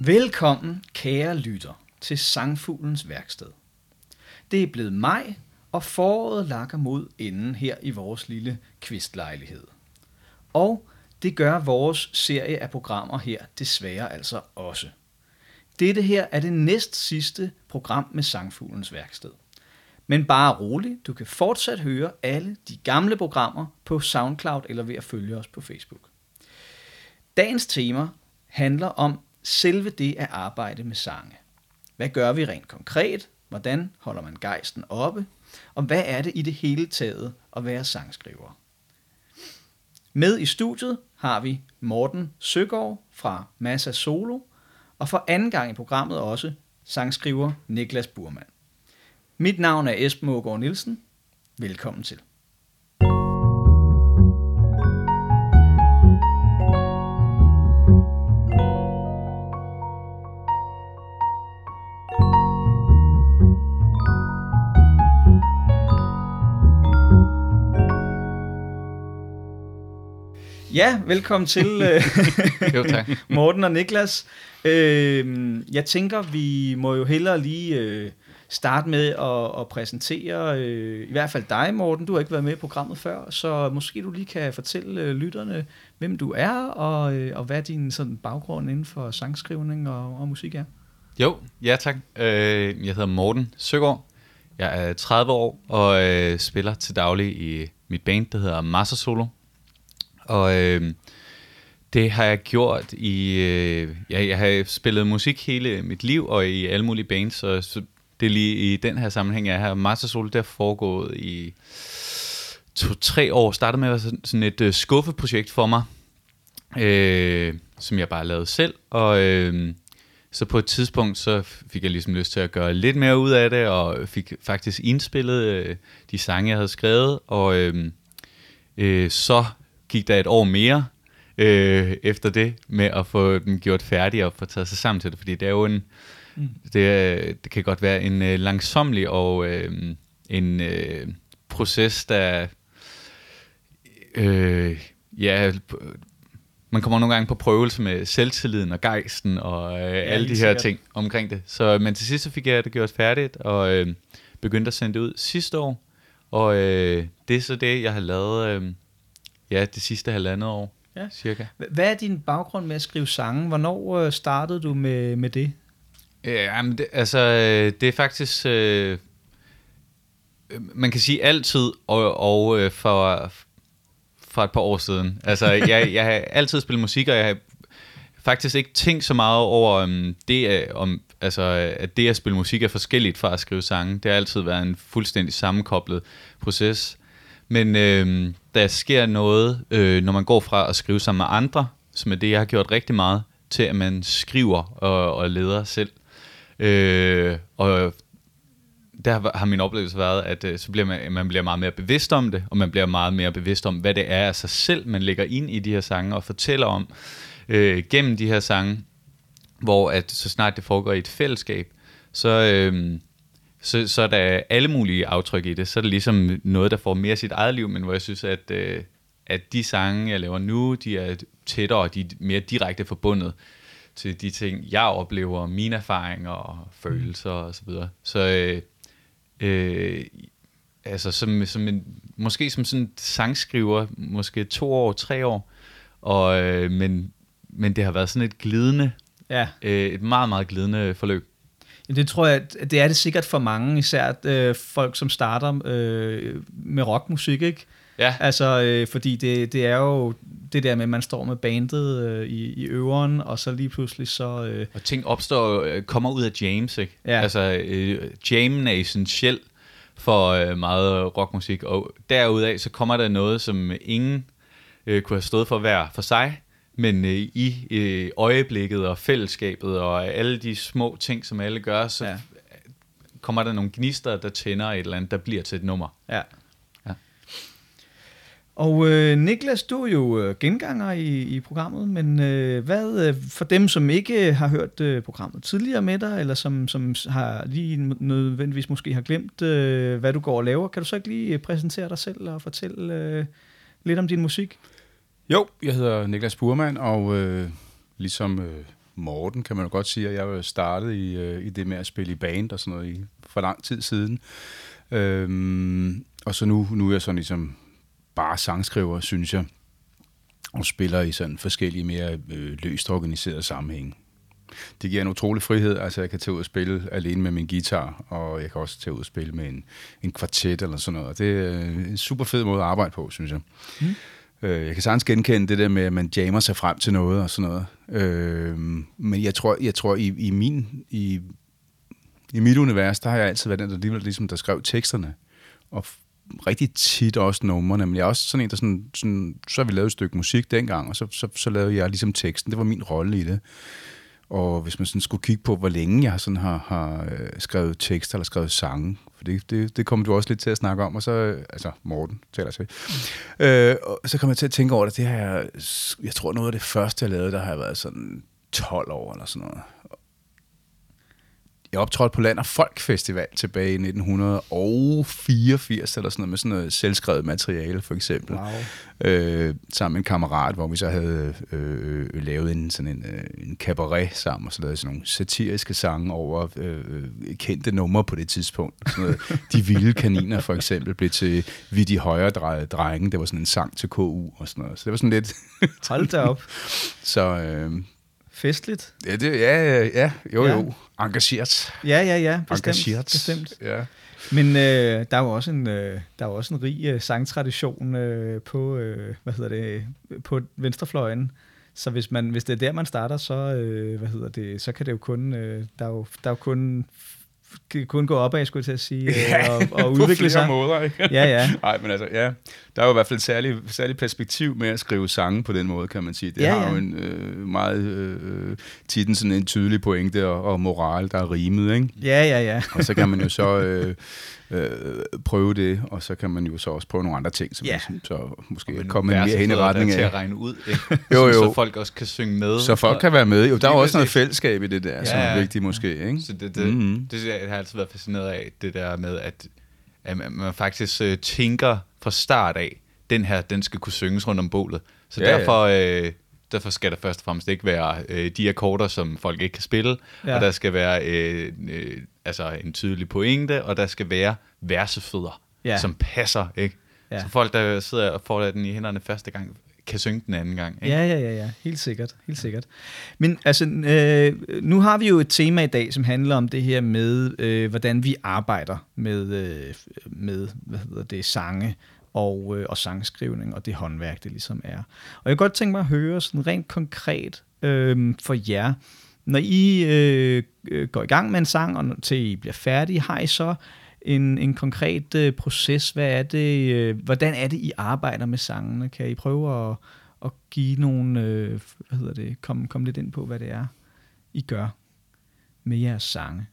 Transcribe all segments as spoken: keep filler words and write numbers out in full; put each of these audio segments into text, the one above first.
Velkommen, kære lytter, til Sangfuglens værksted. Det er blevet maj, og foråret lakker mod enden her i vores lille kvistlejlighed. Og det gør vores serie af programmer her desværre altså også. Dette her er det næst sidste program med Sangfuglens værksted. Men bare rolig, du kan fortsat høre alle de gamle programmer på SoundCloud eller ved at følge os på Facebook. Dagens tema handler om selve det at arbejde med sange. Hvad gør vi rent konkret? Hvordan holder man gejsten oppe? Og hvad er det i det hele taget at være sangskriver? Med i studiet har vi Morten Søgaard fra Massa Solo, og for anden gang i programmet også sangskriver Niklas Burman. Mit navn er Esben Aagaard Nielsen. Velkommen til. Ja, velkommen til jo, tak. Morten og Niklas. Øh, jeg tænker, vi må jo hellere lige øh, starte med at, at præsentere øh, i hvert fald dig, Morten. Du har ikke været med i programmet før, så måske du lige kan fortælle øh, lytterne, hvem du er, og, øh, og hvad din sådan, baggrund inden for sangskrivning og, og musik er. Jo, ja tak. Øh, jeg hedder Morten Søgaard. Jeg er tredive år og øh, spiller til daglig i mit band, der hedder Massa Solo. Og øh, det har jeg gjort i, øh, ja, jeg har spillet musik hele mit liv og i alle mulige bands, så, så det er lige i den her sammenhæng, jeg har Massa Solo, der er foregået i to-tre år. Startede med at være sådan, sådan et øh, skuffeprojekt for mig, øh, som jeg bare lavede selv, og øh, så på et tidspunkt, så fik jeg ligesom lyst til at gøre lidt mere ud af det, og fik faktisk indspillet øh, de sange, jeg havde skrevet, og øh, øh, så gik der et år mere øh, efter det, med at få dem gjort færdige og få taget sig sammen til det, fordi det er jo en, mm. det, det kan godt være en øh, langsomlig og øh, en øh, proces, der øh, ja, man kommer nogle gange på prøvelse med selvtilliden og gejsten og øh, ja, alle de her sikkert. ting omkring det. Så, men til sidst så fik jeg det gjort færdigt, og øh, begyndte at sende det ud sidste år, og øh, det er så det, jeg har lavet øh, ja, det sidste halvandet år, ja. cirka. Hvad er din baggrund med at skrive sange? Hvornår startede du med, med det? Ja, men det, altså, det er faktisk, øh, man kan sige altid, og, og øh, for, for et par år siden. Altså, jeg, jeg har altid spillet musik, og jeg har faktisk ikke tænkt så meget over, um, det, om, altså, at det at spille musik er forskelligt fra at skrive sange. Det har altid været en fuldstændig sammenkoblet proces. Men øh, der sker noget, øh, når man går fra at skrive sammen med andre, som er det, jeg har gjort rigtig meget, til at man skriver og, og leder selv. Øh, og der har min oplevelse været, at øh, så bliver man, man bliver meget mere bevidst om det, og man bliver meget mere bevidst om, hvad det er af sig selv, man lægger ind i de her sange og fortæller om øh, gennem de her sange, hvor at så snart det foregår i et fællesskab, så... Øh, Så, så er der alle mulige aftryk i det. Så er det ligesom noget, der får mere sit eget liv, men hvor jeg synes, at, øh, at de sange, jeg laver nu, de er tættere, de er mere direkte forbundet til de ting, jeg oplever, mine erfaringer og følelser og så videre. Så øh, øh, altså som, som en, måske som sådan en sangskriver, måske to år, tre år, og, øh, men, men det har været sådan et glidende, ja. øh, et meget, meget glidende forløb. Det tror jeg, det er det sikkert for mange, især øh, folk, som starter øh, med rockmusik, ikke? Ja. Altså, øh, fordi det, det er jo det der med, at man står med bandet øh, i, i øveren, og så lige pludselig så... Øh... Og ting opstår, øh, kommer ud af jams, ikke? Ja. Altså, øh, jammen er essentiel for øh, meget rockmusik, og derudaf så kommer der noget, som ingen øh, kunne have stået for hver for sig, men øh, i øh, øjeblikket og fællesskabet og alle de små ting, som alle gør, så ja. kommer der nogle gnister, der tænder et eller andet, der bliver til et nummer. Ja. ja. Og øh, Niklas, du er jo øh, genganger i, i programmet, men øh, hvad øh, for dem, som ikke har hørt øh, programmet tidligere med dig, eller som, som har lige nødvendigvis måske har glemt, øh, hvad du går og laver, kan du så ikke lige præsentere dig selv og fortælle øh, lidt om din musik? Jo, jeg hedder Niklas Burman, og øh, ligesom øh, Morten, kan man jo godt sige, at jeg var startet i, øh, i det med at spille i band og sådan noget i, for lang tid siden. Øhm, og så nu, nu er jeg sådan ligesom bare sangskriver, synes jeg, og spiller i sådan forskellige mere øh, løst organiserede sammenhæng. Det giver en utrolig frihed, altså jeg kan tage ud og spille alene med min guitar, og jeg kan også tage ud og spille med en, en kvartet eller sådan noget. Det er en super fed måde at arbejde på, synes jeg. Mm. Øh, jeg kan sagtens genkende det der med, at man jammer sig frem til noget og sådan noget. Øh, men jeg tror, jeg tror i, i min... I, I mit univers, der har jeg altid været den, der, ligesom, der skrev teksterne. Og rigtig tit også numrene, men jeg er også sådan en, der sådan, sådan, så har vi lavet et stykke musik dengang, og så, så, så lavede jeg ligesom teksten. Det var min rolle i det. Og hvis man sådan skulle kigge på, hvor længe jeg sådan har, har skrevet tekster eller skrevet sange, for det, det, det kommer du også lidt til at snakke om, og så, altså Morten taler til, øh, og så kommer jeg til at tænke over det, det her, jeg tror noget af det første, jeg lavede, der har jeg været sådan tolv år eller sådan noget. Jeg optrådte på Land og Folk Festival tilbage i nitten fireogfirs eller sådan noget, med sådan noget selvskrevet materiale, for eksempel. Wow. Øh, sammen med en kammerat, hvor vi så havde øh, lavet en, sådan en, øh, en cabaret sammen, og så lavede sådan nogle satiriske sange over øh, kendte numre på det tidspunkt. Sådan noget, De Vilde Kaniner, for eksempel, blev til Vi de højredrejede drenge. Det var sådan en sang til K U og sådan noget. Så det var sådan lidt... Hold da op. Så... Øh, festligt. Ja, det, ja, ja, jo, ja. jo. Engageret. Ja, ja, ja, bestemt. Engageret. bestemt. Ja. Men øh, der er jo også en, øh, der er jo også en rig øh, sangtradition øh, på, øh, hvad hedder det, på venstrefløjen. Så hvis man, hvis det er der man starter, så øh, hvad hedder det, så kan det jo kun, øh, der er jo, der er jo kun kan kun gå opad, skulle jeg til at sige, ja, og, og udvikle sig. På flere måder, ikke? Ja, ja. Nej, men altså, ja. Der er jo i hvert fald et særligt, særligt perspektiv med at skrive sange på den måde, kan man sige. Det ja, har ja. jo en øh, meget øh, tit sådan en tydelig pointe og, og moral, der er rimet, ikke? Ja, ja, ja. Og så kan man jo så øh, øh, prøve det, og så kan man jo så også prøve nogle andre ting, som ja. man, så måske komme mere hen i retning af. Til at regne ud, ikke? jo, jo. Så folk også kan synge med. Så folk kan være med. Jo, der er også noget fællesskab i det der, ja, som er vigtigt måske, ikke? Så det, det, mm-hmm. det, det jeg har altid været fascineret af, det der med, at, at man faktisk øh, tænker fra start af, den her, den skal kunne synges rundt om bålet. Så ja, derfor, ja. Øh, derfor skal der først og fremmest ikke være øh, de akkorder, som folk ikke kan spille, ja. og der skal være øh, øh, altså en tydelig pointe, og der skal være versefødder, ja. som passer, ikke? Ja. Så folk, der sidder og får den i hænderne første gang, kan synge den anden gang, ikke? Ja, ja, ja, ja. Helt sikkert, helt sikkert. Men altså, øh, nu har vi jo et tema i dag, som handler om det her med, øh, hvordan vi arbejder med, øh, med hvad hedder det, sange og, øh, og sangskrivning, og det håndværk, det ligesom er. Og jeg kunne godt tænke mig at høre sådan rent konkret øh, for jer, når I øh, går i gang med en sang, og til I bliver færdige, har I så en, en konkret øh, proces? Hvad er det, øh, hvordan er det, I arbejder med sangene? Kan I prøve at, at give nogle, øh, hvad hedder det, komme kom lidt ind på, hvad det er, I gør med jeres sange?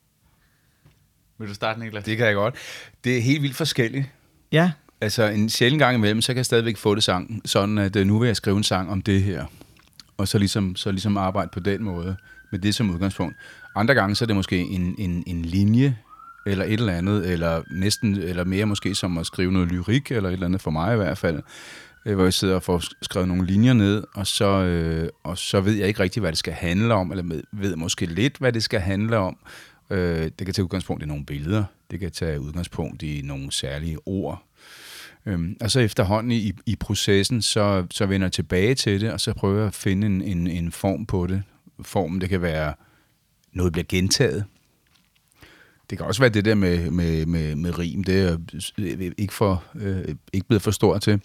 Vil du starte, Niklas? Det kan jeg godt. Det er helt vildt forskelligt. Ja. Altså en sjælden gang imellem, så kan jeg stadigvæk få det sang, sådan at nu vil jeg skrive en sang om det her. Og så ligesom, så ligesom arbejde på den måde, med det som udgangspunkt. Andre gange, så er det måske en, en, en linje, eller et eller andet, eller næsten, eller mere måske som at skrive noget lyrik, eller et eller andet for mig i hvert fald, hvor jeg sidder og får skrevet nogle linjer ned, og så, øh, og så ved jeg ikke rigtig, hvad det skal handle om, eller ved måske lidt, hvad det skal handle om. Øh, det kan tage udgangspunkt i nogle billeder, det kan tage udgangspunkt i nogle særlige ord. Øhm, og så efterhånden i, i processen, så, så vender jeg tilbage til det, og så prøver jeg at finde en, en, en form på det. Formen, det kan være, noget bliver gentaget. Det kan også være det der med, med, med, med rim, det er jeg ikke, for, øh, ikke blevet for stor til.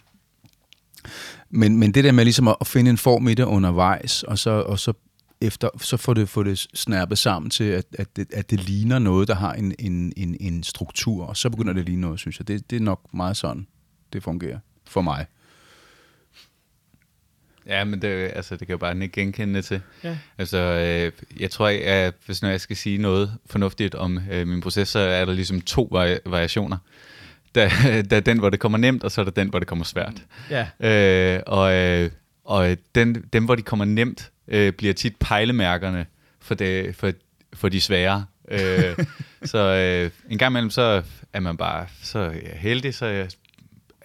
Men, men det der med ligesom at finde en form i det undervejs, og så, og så, efter, så får det, får det snærpet sammen til, at, at, det, at det ligner noget, der har en, en, en, en struktur, og så begynder det at ligne noget, synes jeg. Det, det er nok meget sådan, det fungerer for mig. Ja, men det, altså, det kan jo bare ikke genkende til. Ja. Altså, øh, jeg tror, at hvis når jeg skal sige noget fornuftigt om øh, min proces, så er der ligesom to vari- variationer. Der, der er den, hvor det kommer nemt, og så er der den, hvor det kommer svært. Ja. Øh, og øh, og den, dem, hvor de kommer nemt, øh, bliver tit pejlemærkerne for, det, for, for de svære. øh, så øh, en gang imellem, så er man bare så heldig, så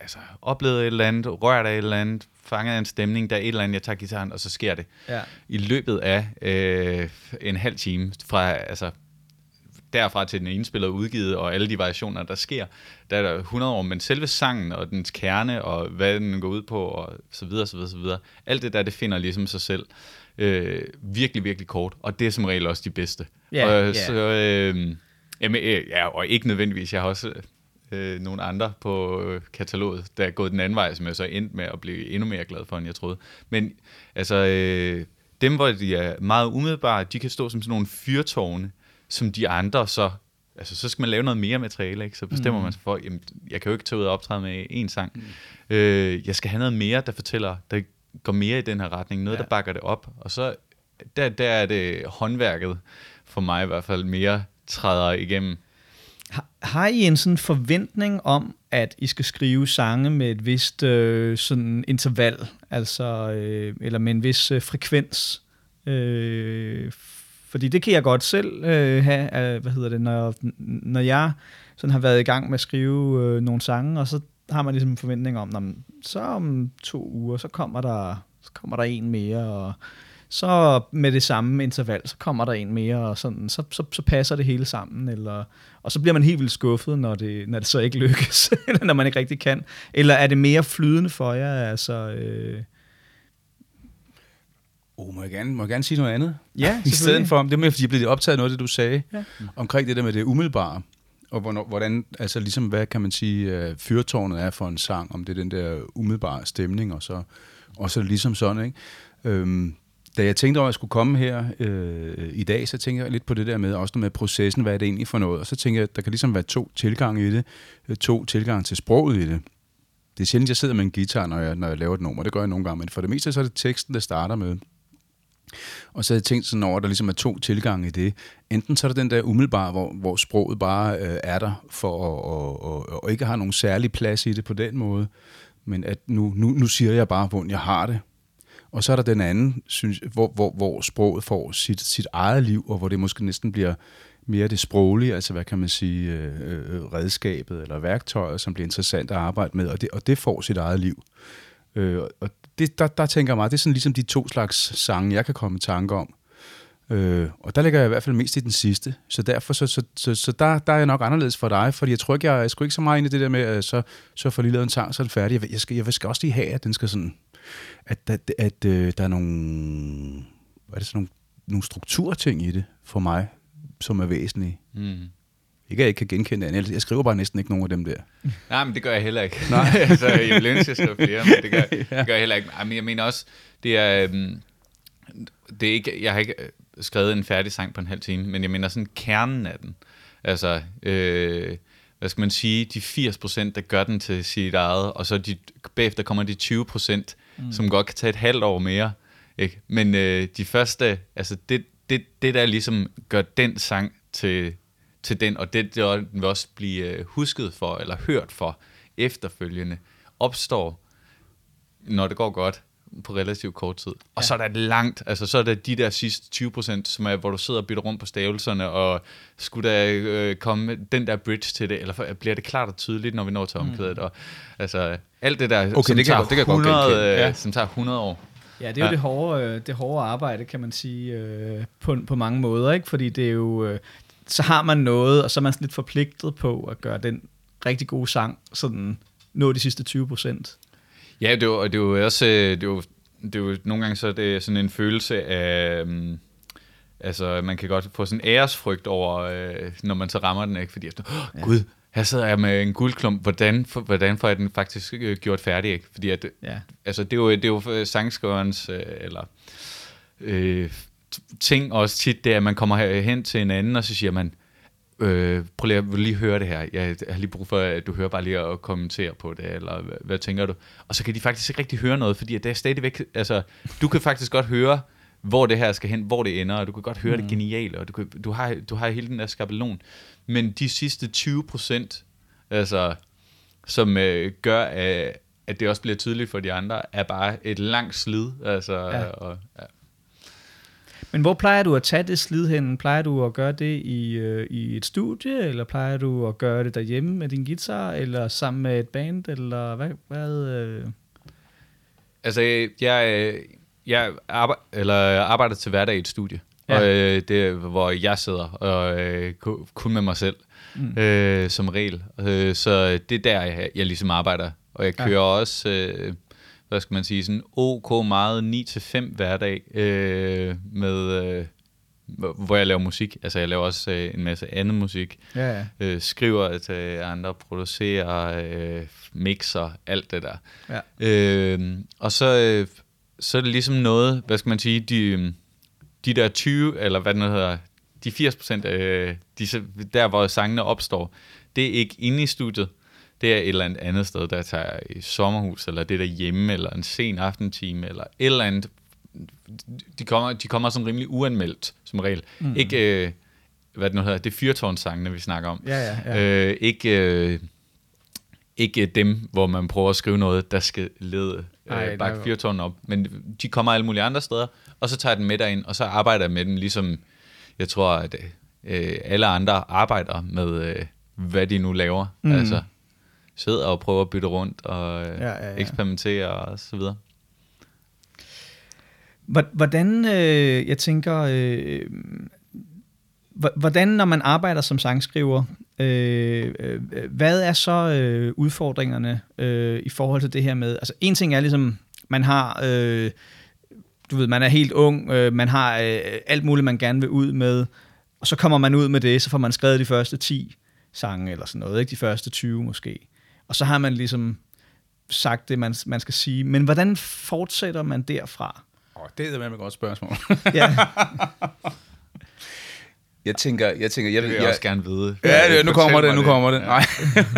altså, oplevet et eller andet, rørt af et eller andet, fanget af en stemning, der er et eller andet, jeg tager gitaren, og så sker det. Ja. I løbet af øh, en halv time, fra, altså, derfra til den indspillet og udgivet, og alle de variationer, der sker, der er der hundrede år, men selve sangen og dens kerne, og hvad den går ud på, og så videre, så videre, så videre. Alt det der, det finder ligesom sig selv. Øh, virkelig, virkelig kort, og det er som regel også de bedste. Ja, og, ja. Så, øh, jamen, øh, ja, og ikke nødvendigvis, jeg har også øh, nogle andre på øh, kataloget, der er gået den anden vej, som jeg så endte med at blive endnu mere glad for, end jeg troede. Men altså, øh, dem, hvor de er meget umiddelbare, de kan stå som sådan nogle fyrtårne, som de andre så, altså så skal man lave noget mere materiale, ikke? Så bestemmer mm. man sig for, jamen, jeg kan jo ikke tage ud og optræde med én sang. Mm. Øh, jeg skal have noget mere, der fortæller, der går mere i den her retning, noget, ja. der bakker det op. Og så, der, der er det håndværket, for mig i hvert fald, mere træder igennem. Har, har I en sådan forventning om, at I skal skrive sange med et vist øh, sådan interval, altså, øh, eller med en vis øh, frekvens? Øh, fordi det kan jeg godt selv øh, have, øh, hvad hedder det, når, når jeg sådan har været i gang med at skrive øh, nogle sange, og så har man ligesom en forventning om, når, så om to uger, så kommer der, så kommer der en mere, og så med det samme interval, så kommer der en mere, og sådan, så, så, så passer det hele sammen, eller, og så bliver man helt vildt skuffet, når det, når det så ikke lykkes, eller når man ikke rigtig kan. Eller er det mere flydende for jer? Altså, øh... oh, må, jeg gerne, må jeg gerne sige noget andet? Ja, i stedet for, det er mere, fordi jeg blev optaget af noget, det du sagde, ja. omkring det der med det umiddelbare, og hvornår, hvordan, altså ligesom, hvad kan man sige, uh, fyrtårnet er for en sang, om det er den der umiddelbare stemning, og så, og så ligesom sådan, ikke? Øhm, Da jeg tænkte over, at jeg skulle komme her øh, i dag, så tænkte jeg lidt på det der med, også noget med processen, hvad er det egentlig for noget? Og så tænker jeg, at der kan ligesom være to tilgange i det, to tilgange til sproget i det. Det er sjældent, jeg sidder med en guitar, når jeg, når jeg laver et nummer, det gør jeg nogle gange, men for det meste så er det teksten, der starter med. Og så havde jeg tænkt sådan over, at der ligesom er to tilgange i det. Enten så er der den der umiddelbare, hvor, hvor sproget bare øh, er der, for at, og, og, og ikke har nogen særlig plads i det på den måde, men at nu, nu, nu siger jeg bare, hvordan jeg har det. Og så er der den anden, synes, hvor, hvor, hvor sproget får sit, sit eget liv, og hvor det måske næsten bliver mere det sproglige, altså hvad kan man sige, øh, redskabet eller værktøjet, som bliver interessant at arbejde med, og det, og det får sit eget liv. Øh, og det, der, der tænker jeg meget, det er sådan ligesom de to slags sange, jeg kan komme i tanke om. Øh, og der ligger jeg i hvert fald mest i den sidste, så derfor så, så, så, så der, der er jeg nok anderledes for dig, fordi jeg tror ikke, jeg, jeg skulle ikke så meget ind i det der med, at så, så får lige lavet en sang, så er det færdig. Jeg, jeg, skal, jeg skal også lige have, at den skal sådan, at, at, at øh, der er nogle, hvad er det, sådan nogle, nogle strukturting i det for mig, som er væsentlige. Mm. Ikke at jeg ikke kan genkende det. Jeg skriver bare næsten ikke nogen af dem der. Nej, men det gør jeg heller ikke. Nej. altså, jeg vil ønske, at jeg skriver flere, men det gør, ja. det gør jeg heller ikke. Men jeg mener også, det er, det er ikke, jeg har ikke skrevet en færdig sang på en halv time, men jeg mener sådan kernen af den. Altså, øh, hvad skal man sige, de firs procent, der gør den til sit eget, og så de, bagefter kommer de tyve procent, mm. som godt kan tage et halvt år mere. Ikke? Men øh, de første, altså det, det, det der ligesom gør den sang til, til den, og det, det vil også blive husket for, eller hørt for efterfølgende, opstår, når det går godt, på relativt kort tid. Og ja. Så er der et langt, altså så er der de der sidste tyve procent, som er, hvor du sidder og bytter rundt på stavelserne, og skulle der øh, komme den der bridge til det, eller bliver det klart og tydeligt, når vi når til omkvædet, mm. og altså alt det der, okay, som, det tager kan, det kan hundrede, ja. som tager hundrede år. Ja, det er jo ja. det, hårde, det hårde arbejde, kan man sige, øh, på, på mange måder, ikke? Fordi det er jo, øh, så har man noget, og så er man lidt forpligtet på at gøre den rigtig gode sang, sådan nå de sidste tyve procent. Ja, det er jo, det er jo også, det er jo, det er jo nogle gange så er det sådan en følelse af, um, altså man kan godt få sådan en æresfrygt over, øh, når man så rammer den, ikke? Fordi efter, åh, ja. Gud, her sidder jeg med en guldklump, hvordan, for, hvordan får jeg den faktisk øh, gjort færdig, ikke? Fordi at, ja. altså det er jo, det er jo sangskriverens, øh, eller øh, ting også tit, det er, at man kommer hen til en anden, og så siger man, Øh, prøv lige, jeg vil lige høre det her. Jeg har lige brug for, at du hører bare lige at kommentere på det, eller hvad, hvad tænker du? Og så kan de faktisk ikke rigtig høre noget, fordi det er stadigvæk, altså, du kan faktisk godt høre, hvor det her skal hen, hvor det ender, og du kan godt høre mm. det geniale, og du, kan, du, har, du har hele den der skabelon. Men de sidste tyve procent, altså, som øh, gør, at, at det også bliver tydeligt for de andre, er bare et langt slid. Altså, ja. Og, ja. Men hvor plejer du at tage det slid hen? Plejer du at gøre det i, øh, i et studie, eller plejer du at gøre det derhjemme med din guitar, eller sammen med et band, eller hvad? hvad øh? Altså, jeg, jeg arbejder, eller arbejder til hverdag i et studie, Ja. og øh, det er, hvor jeg sidder, og øh, ku- kun med mig selv, mm. øh, som regel. Øh, så det er der, jeg, jeg ligesom arbejder. Og jeg kører ja. også, øh, hvad skal man sige, sådan ok meget ni til fem hverdag, øh, med, øh, hvor jeg laver musik. Altså, jeg laver også øh, en masse andet musik. Ja, ja. Øh, skriver til andre, producerer, øh, mixer, alt det der. Ja. Øh, og så, øh, så er det ligesom noget, hvad skal man sige, de, de der tyve, eller hvad det nu hedder, de firs procent, øh, de, der hvor sangene opstår, det er ikke inde i studiet. Det er et eller andet andet sted, der tager i sommerhus, eller det der hjemme, eller en sen aftentime, eller et eller andet. De kommer, de kommer sådan rimelig uanmeldt, som regel. Mm. Ikke, øh, hvad det nu hedder, det er fyrtårnsangene, vi snakker om. Ja, ja, ja. Øh, ikke, øh, ikke dem, hvor man prøver at skrive noget, der skal lede øh, bakke fyrtårnen op. Men de kommer alle mulige andre steder, og så tager jeg den med derind, og så arbejder jeg med den, ligesom jeg tror, at øh, alle andre arbejder med, øh, hvad de nu laver. Mm. Altså, sidder og prøver at bytte rundt og øh, ja, ja, ja. eksperimentere og så videre. Hvordan, øh, jeg tænker, øh, hvordan når man arbejder som sangskriver, øh, øh, hvad er så øh, udfordringerne øh, i forhold til det her med, altså en ting er ligesom, man har, øh, du ved, man er helt ung, øh, man har øh, alt muligt, man gerne vil ud med, og så kommer man ud med det, så får man skrevet de første ti sange eller sådan noget, ikke? De første tyve måske. Og så har man ligesom sagt det, man, man skal sige. Men hvordan fortsætter man derfra? Åh, oh, det er et godt spørgsmål. Ja. jeg tænker, jeg tænker, jeg vil jeg, jeg jeg også gerne vide. Ja, det, nu kommer det, nu det. kommer det. Ja. Nej.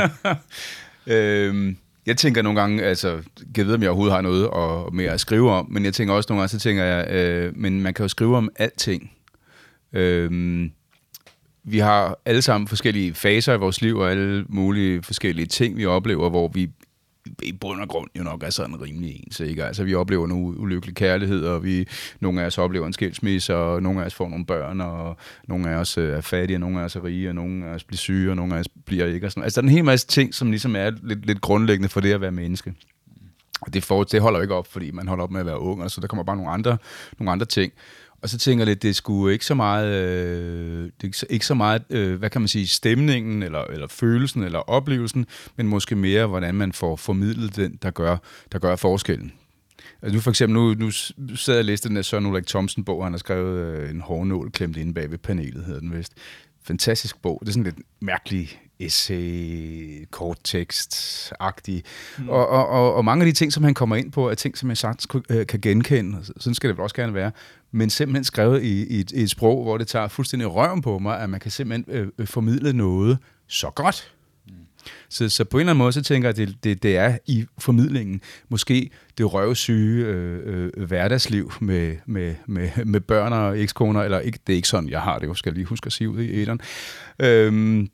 øhm, jeg tænker nogle gange, altså, jeg ved, om jeg overhovedet har noget at, mere at skrive om, men jeg tænker også nogle gange, så tænker jeg, øh, men man kan jo skrive om alting. Øhm, Vi har alle sammen forskellige faser i vores liv, og alle mulige forskellige ting, vi oplever, hvor vi i bund og grund jo nok er sådan rimelig ens, ikke? Altså, vi oplever nogle ulykkelig kærlighed, og vi, nogle af os oplever en skilsmisse, og nogle af os får nogle børn, og nogle af os er fattige, og nogle af os er rige, og nogle af os bliver syge, og nogle af os bliver ikke. Og sådan. Altså, der er en hel masse ting, som ligesom er lidt, lidt grundlæggende for det at være menneske. Og det, for, det holder jo ikke op, fordi man holder op med at være ung, og så der kommer bare nogle andre, nogle andre ting. Og så tænker jeg lidt, det er sgu ikke så meget, øh, det er ikke så meget, øh, hvad kan man sige, stemningen, eller, eller følelsen, eller oplevelsen, men måske mere, hvordan man får formidlet den, der gør, der gør forskellen. Altså nu for eksempel, nu, nu sad jeg og læste den der Søren Ulrik Thomsen-bog, han har skrevet øh, en hårnål klemt inde bag ved panelet, hedder den vist. Fantastisk bog. Det er sådan lidt mærkelig essay, kort tekst-agtig. Mm. Og, og, og, og mange af de ting, som han kommer ind på, er ting, som jeg sagtens kan genkende. Sådan skal det vel også gerne være. Men simpelthen skrevet i, i, et, i et sprog, hvor det tager fuldstændig røven på mig, at man kan simpelthen øh, formidle noget så godt. Mm. Så, så på en eller anden måde, så tænker jeg, at det, det, det er i formidlingen. Måske det røvsyge øh, øh, hverdagsliv med, med, med, med børn og ekskoner, eller ikke, det er ikke sådan, jeg har det, jeg skal lige huske at sige ud i æteren. Øhm,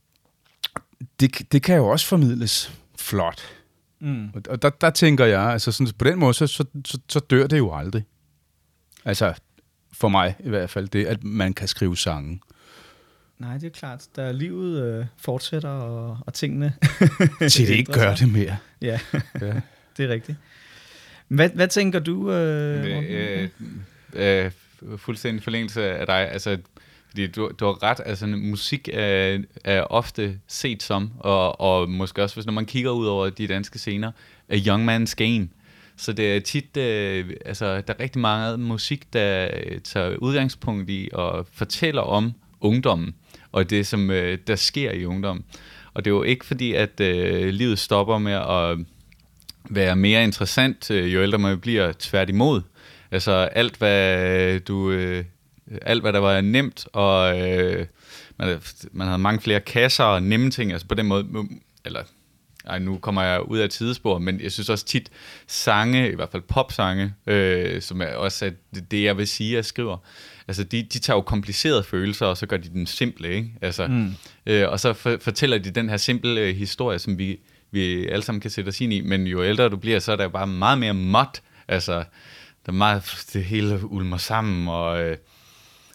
det, det kan jo også formidles flot. Mm. Og, og der, der tænker jeg, altså sådan, på den måde, så, så, så, så dør det jo aldrig. Altså, for mig i hvert fald, det, at man kan skrive sange. Nej, det er klart. Der livet øh, fortsætter, og, og tingene... Til det ikke gør det mere. Ja, ja. Det er rigtigt. Hvad, hvad tænker du? Øh, øh, øh, fuldstændig forlængelse af dig. Altså, fordi du, du har ret. Altså, musik er, er ofte set som, og, og måske også, hvis når man kigger ud over de danske scener, a young man's game. Så det er tit, øh, altså, der er rigtig meget musik, der tager udgangspunkt i og fortæller om ungdommen, og det, som øh, der sker i ungdommen. Og det er jo ikke fordi, at øh, livet stopper med at være mere interessant, øh, jo ældre man bliver, tværtimod. Altså alt, hvad du... Øh, alt, hvad der var nemt, og øh, man, man havde mange flere kasser og nemme ting, altså på den måde, eller... Ej, nu kommer jeg ud af tidespor, men jeg synes også tit sange, i hvert fald popsange, øh, som er også det, det, jeg vil sige, jeg skriver. Altså, de, de tager jo komplicerede følelser, og så gør de den simple, ikke? Altså, mm. øh, og så for, fortæller de den her simple øh, historie, som vi, vi alle sammen kan sætte os ind i, men jo ældre du bliver, så er der bare meget mere måt. Altså, der er meget, det hele ulmer sammen, og... Øh,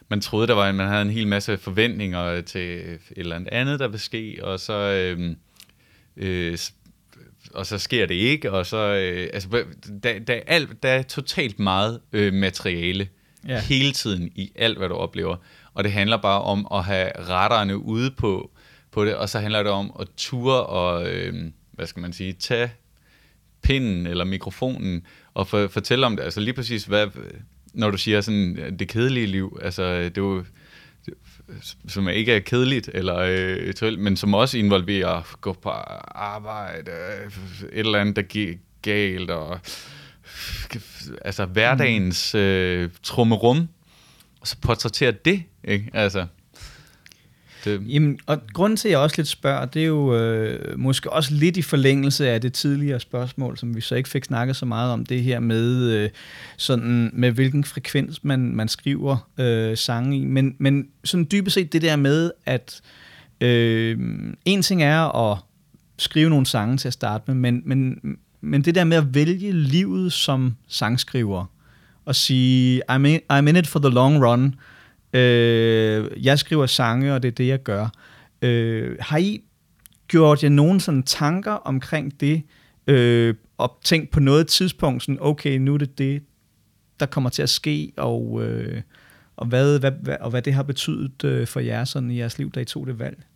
man troede, der var, man havde en hel masse forventninger til et eller andet andet, der vil ske, og så, øh, øh, og så sker det ikke, og så, øh, altså, der, der, er alt, der er totalt meget øh, materiale ja. hele tiden i alt, hvad du oplever, og det handler bare om at have retterne ude på, på det, og så handler det om at ture og, øh, hvad skal man sige, tage pinden eller mikrofonen og for, fortælle om det, altså lige præcis, hvad, når du siger sådan det kedelige liv, altså det er jo, det, som ikke er kedeligt, eller, øh, men som også involverer at gå på arbejde, et eller andet, der giver galt, og altså hverdagens øh, trummerum, og så portrættere det, ikke? Altså, det. Jamen, og grunden til, at jeg også lidt spørger, det er jo øh, måske også lidt i forlængelse af det tidligere spørgsmål, som vi så ikke fik snakket så meget om, det her med, øh, sådan, med hvilken frekvens man, man skriver øh, sange i. Men, men sådan dybest set det der med, at øh, en ting er at skrive nogle sange til at starte med, men, men, men det der med at vælge livet som sangskriver, og sige, I'm in, I'm in it for the long run, Øh, jeg skriver sange, og det er det, jeg gør. Øh, har I gjort jer nogen sådan tanker omkring det, øh, og tænkt på noget tidspunkt, sådan, okay, nu er det det, der kommer til at ske, og, øh, og, hvad, hvad, hvad, og hvad det har betydet øh, for jer sådan i jeres liv, da I tog det valg?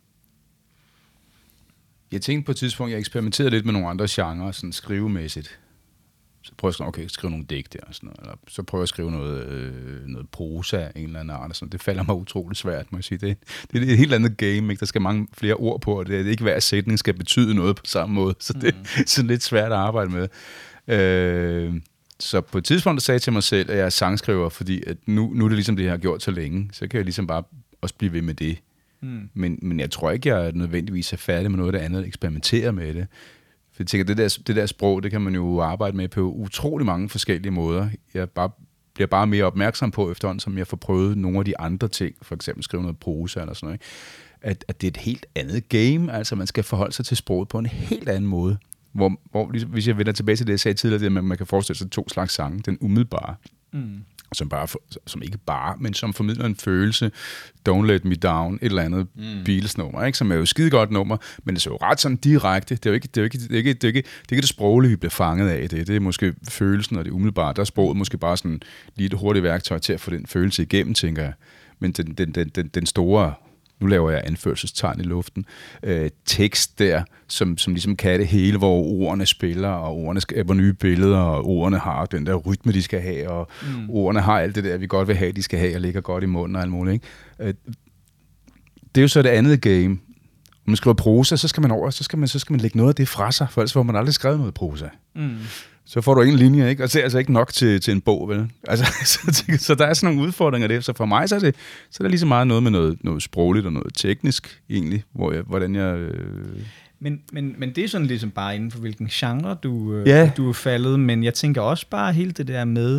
Jeg tænkte på et tidspunkt, jeg eksperimenterede lidt med nogle andre genrer, sådan skrivemæssigt. Så prøver jeg at skrive, okay, skrive nogle digte og sådan noget. Eller så prøver jeg at skrive noget, øh, noget prosa af en eller anden art. Og sådan. Det falder mig utroligt svært, må jeg sige. Det, det er et helt andet game, ikke? Der skal mange flere ord på, og det er ikke hver sætning skal betyde noget på samme måde. Så det mm. er sådan lidt svært at arbejde med. Øh, så på et tidspunkt, der sagde jeg til mig selv, at jeg er sangskriver, fordi at nu, nu er det ligesom det, jeg har gjort så længe. Så kan jeg ligesom bare også blive ved med det. Mm. Men, men jeg tror ikke, jeg nødvendigvis er færdig med noget af det andet, eksperimentere med det. For jeg tænker, det der, det der sprog, det kan man jo arbejde med på utrolig mange forskellige måder. Jeg bare, bliver bare mere opmærksom på efterhånden, som jeg får prøvet nogle af de andre ting, for eksempel skrive noget prosa eller sådan noget, ikke? At, at det er et helt andet game, altså man skal forholde sig til sproget på en helt anden måde. Hvor, hvor hvis jeg vender tilbage til det, jeg sagde tidligere, det er, at man kan forestille sig to slags sange. Den umiddelbare, mm. som, bare, som ikke bare, men som formidler en følelse. Don't Let Me Down, et eller andet mm. Beatles-nummer, ikke? Som er jo skide godt nummer, men det er jo ret sådan direkte. Det er jo ikke det, er jo ikke, det, er ikke, det, er ikke, det, er ikke det sproglige, vi bliver fanget af det. Det er måske følelsen og det umiddelbare. Der er sproget måske bare sådan lige et hurtigt værktøj til at få den følelse igennem, tænker jeg. Men den, den, den, den, den store, nu laver jeg anførselstegn i luften, øh, tekst der, som, som ligesom kan det hele, hvor ordene spiller, og ordene skaber nye billeder, og ordene har den der rytme, de skal have, og mm. ordene har alt det der, vi godt vil have, de skal have, og ligger godt i munden og alt muligt, ikke? Øh, det er jo så det andet game. Når man skriver prosa, så skal man over, så skal man, så skal man lægge noget af det fra sig, for ellers får man aldrig skrevet noget prosa. Mm. Så får du ingen linje, ikke? Og det er altså ikke nok til, til en bog, vel? Altså, så, så der er sådan nogle udfordringer der. Så for mig, så er det, så er det lige så meget noget med noget, noget sprogligt og noget teknisk, egentlig, hvor jeg, hvordan jeg... Øh... Men, men, men det er sådan ligesom bare inden for hvilken genre, du, øh, ja. du er faldet. Men jeg tænker også bare hele det der med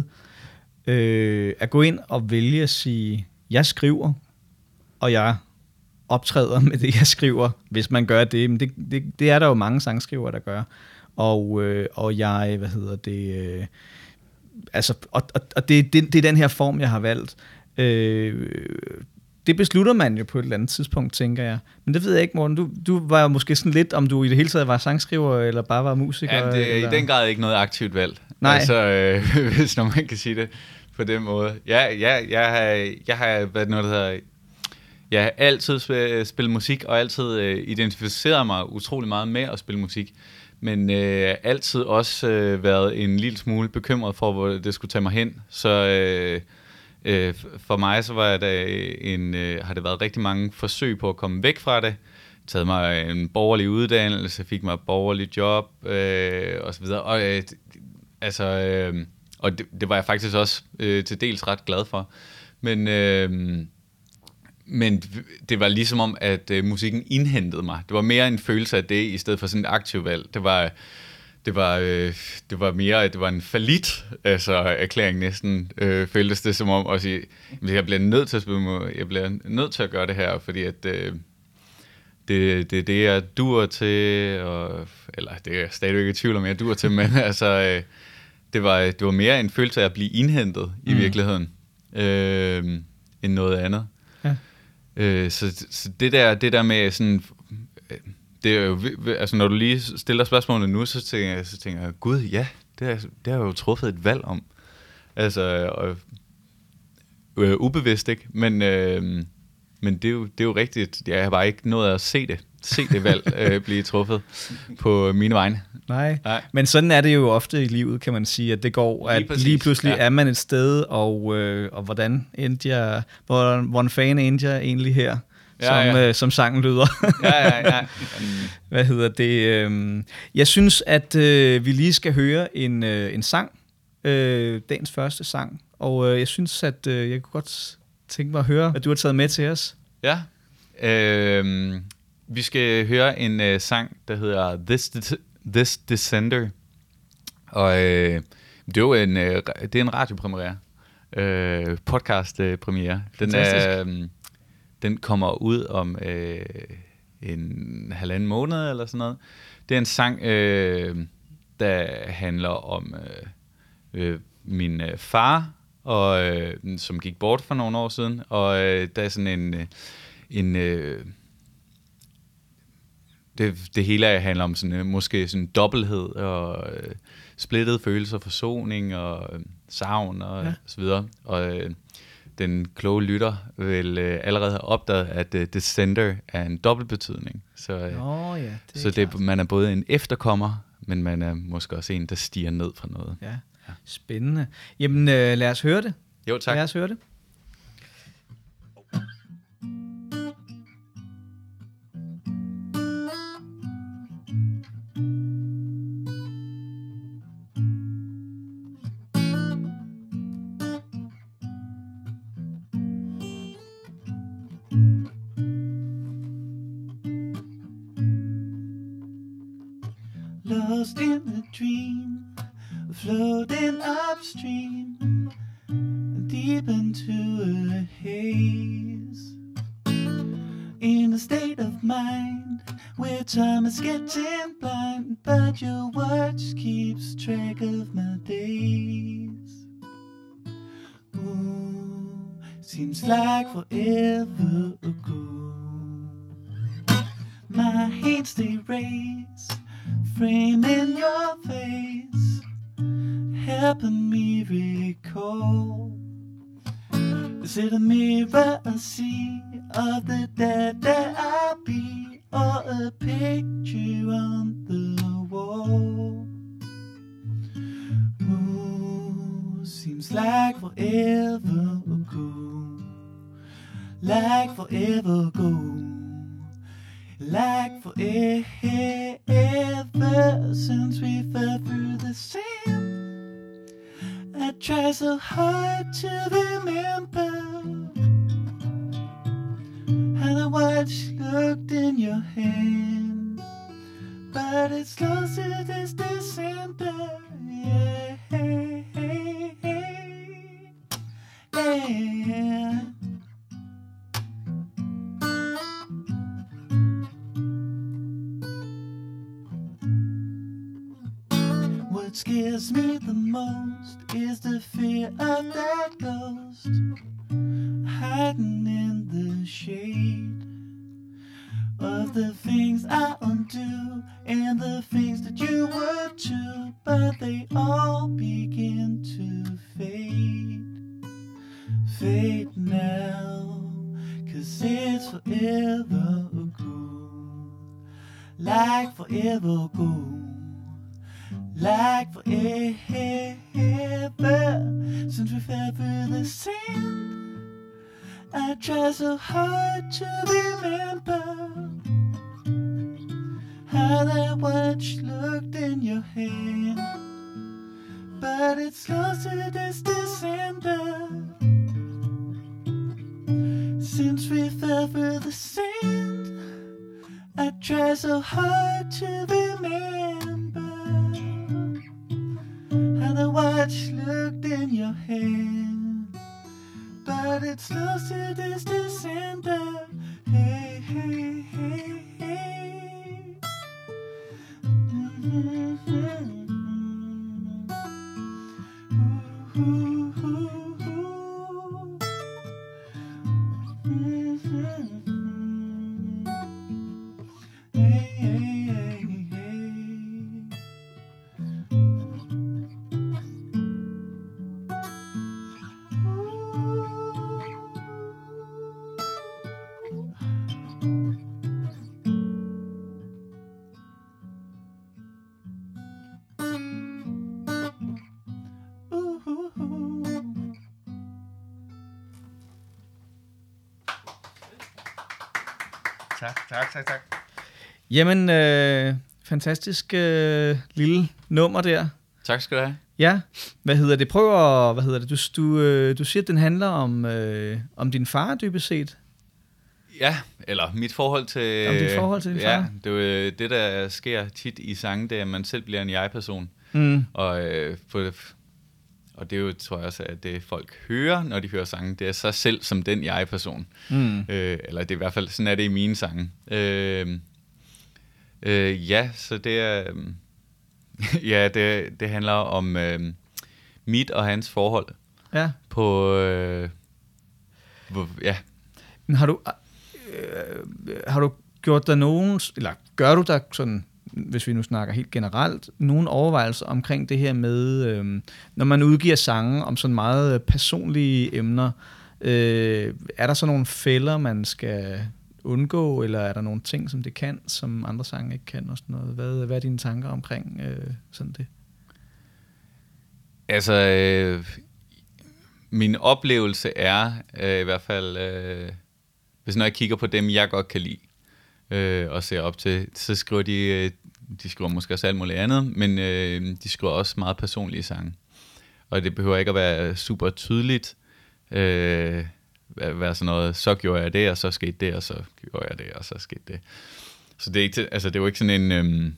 øh, at gå ind og vælge at sige, jeg skriver, og jeg optræder med det, jeg skriver, hvis man gør det. Men det, det, det er der jo mange sangskrivere, der gør. Og, øh, og jeg, hvad hedder det, øh, altså, og, og, og det, det, det er den her form, jeg har valgt. Øh, det beslutter man jo på et eller andet tidspunkt, tænker jeg. Men det ved jeg ikke, Morten. Du, du var jo måske sådan lidt, om du i det hele taget var sangskriver, eller bare var musiker. Ja, det er eller? i den grad ikke noget aktivt valg. Nej. Altså, øh, hvis når man kan sige det på den måde. Ja, ja, jeg har, jeg har hvad noget, der hedder... Jeg har altid spillet musik, og altid øh, identificeret mig utrolig meget med at spille musik. Men øh, altid også øh, været en lille smule bekymret for, hvor det skulle tage mig hen. Så øh, øh, for mig så var det en, øh, har det været rigtig mange forsøg på at komme væk fra det. Taget mig en borgerlig uddannelse, fik mig et borgerligt job øh, og så videre. Og, øh, altså, øh, og det, det var jeg faktisk også øh, til dels ret glad for. Men... Øh, Men det var ligesom om, at øh, musikken indhentede mig. Det var mere en følelse af det, i stedet for sådan et aktivt valg. Det var, det var, øh, det var mere, at det var en fallit, altså erklæring næsten, øh, føltes det som om, at sige, jeg bliver nødt til at spille, jeg bliver nødt til at gøre det her, fordi at øh, det, det er det, jeg duer til, og, eller det er jeg stadig ikke i tvivl om, jeg duer til, men altså, øh, det, var, det var mere en følelse af at blive indhentet i mm. virkeligheden. Øh, end noget andet. Ja. Øh, så, så det der, det der med sådan, det er jo, altså når du lige stiller spørgsmålet nu, så tænker jeg, så tænker jeg, gud ja, det har, det har jeg jo truffet et valg om. Altså, og, øh, ubevidst, ikke? Men, øh, men det, er jo, det er jo rigtigt, jeg har bare ikke nået at se det, se det valg øh, blive truffet på mine vegne. Nej. Nej, Men sådan er det jo ofte i livet, kan man sige, at det går, Lige at præcis, lige pludselig ja. er man et sted, og, øh, og hvordan endte jeg, hvordan, hvordan fan endte jeg egentlig her, Ja, som, ja. Øh, som sangen lyder. ja, ja, ja. Um, Hvad hedder det? Øh, jeg synes, at øh, vi lige skal høre en, øh, en sang, øh, dagens første sang, og øh, jeg synes, at øh, jeg kunne godt tænke mig at høre, hvad du har taget med til os. ja. Øh, vi skal høre en øh, sang, der hedder This, This Descender. Og øh, det er jo en, øh, det er en radiopremiere. Øh, podcast øh, premiere. Den, er, øh, den kommer ud om øh, en halvanden måned eller sådan noget. Det er en sang, øh, der handler om øh, øh, min øh, far, og, øh, som gik bort for nogle år siden. Og øh, der er sådan en... Øh, en øh, det, det hele handler om sådan, øh, måske sådan dobbelthed og øh, splittet følelser, forsoning og øh, savn og, Ja. så videre. Og øh, den kloge lytter vil øh, allerede have opdaget, at øh, descender er en dobbeltbetydning. Så, øh, Nå ja, det er så det, klart. man er både en efterkommer, men man er måske også en, der stiger ned fra noget. Ja, spændende. Jamen, øh, lad os høre det. Jo, tak. Lad os høre det. Lost in a dream, floating upstream, deep into a haze. In a state of mind where time is getting blind, but your watch keeps track of my days. Ooh, seems like forever ago. My hands they raise, framing your face, helping me recall. Is it a mirror I see of the dead that I'll be, or a picture on the wall? Ooh, seems like forever ago, like forever ago. Like forever since we fell through the sand. I try so hard to remember how the watch looked in your hand, but it's closer this December. Yeah, yeah. What scares me the most is the fear of that ghost hiding in the shade of the things I undo and the things that you were too, but they all begin to fade, fade now, 'cause it's forever ago, like forever ago. Like forever since we fell through the sand. I try so hard to remember how that watch looked in your hand, but it's closer this December since we fell through the sand. I try so hard to remember how the watch looked in your hand, but it's closer this December. Hey, hey, hey, hey. Mm-hmm. Ooh, ooh, ooh, ooh. Tak, tak, tak, tak. Jamen, øh, fantastisk øh, lille nummer der. Tak skal du have. Ja, hvad hedder det? Prøv at, hvad hedder det? Du, du, øh, du siger, at den handler om, øh, om din far, dybest set. Ja, eller mit forhold til... Om dit forhold til din ja, far? det er jo det, der sker tit i sange, det er, at man selv bliver en jeg-person. Mm. Og, øh, på, og det er jo, tror jeg også, at det folk hører, når de hører sange, det er sig selv som den jeg-person. Mm. Øh, eller det er i hvert fald, sådan er det i mine sange. Øh, øh, ja, så det er... ja, det, det handler om øh, mit og hans forhold. Ja. På... Øh, hvor, ja. Men har du, øh, har du gjort dig nogen, eller gør du der sådan, hvis vi nu snakker helt generelt, nogle overvejelser omkring det her med, øh, når man udgiver sange om sådan meget personlige emner, øh, er der så nogle fælder, man skal undgå, eller er der nogle ting, som det kan, som andre sange ikke kan, og sådan noget? Hvad, hvad er dine tanker omkring øh, sådan det? Altså, øh, min oplevelse er øh, i hvert fald, øh, hvis når jeg kigger på dem, jeg godt kan lide, øh, og ser op til, så skriver de, øh, de skriver måske også alt muligt andet, men øh, de skriver også meget personlige sange. Og det behøver ikke at være super tydeligt, øh, være sådan noget, så gjorde jeg det, og så skete det, og så gjorde jeg det, og så skete det. Så det er, ikke, altså, det er jo ikke sådan en, øhm,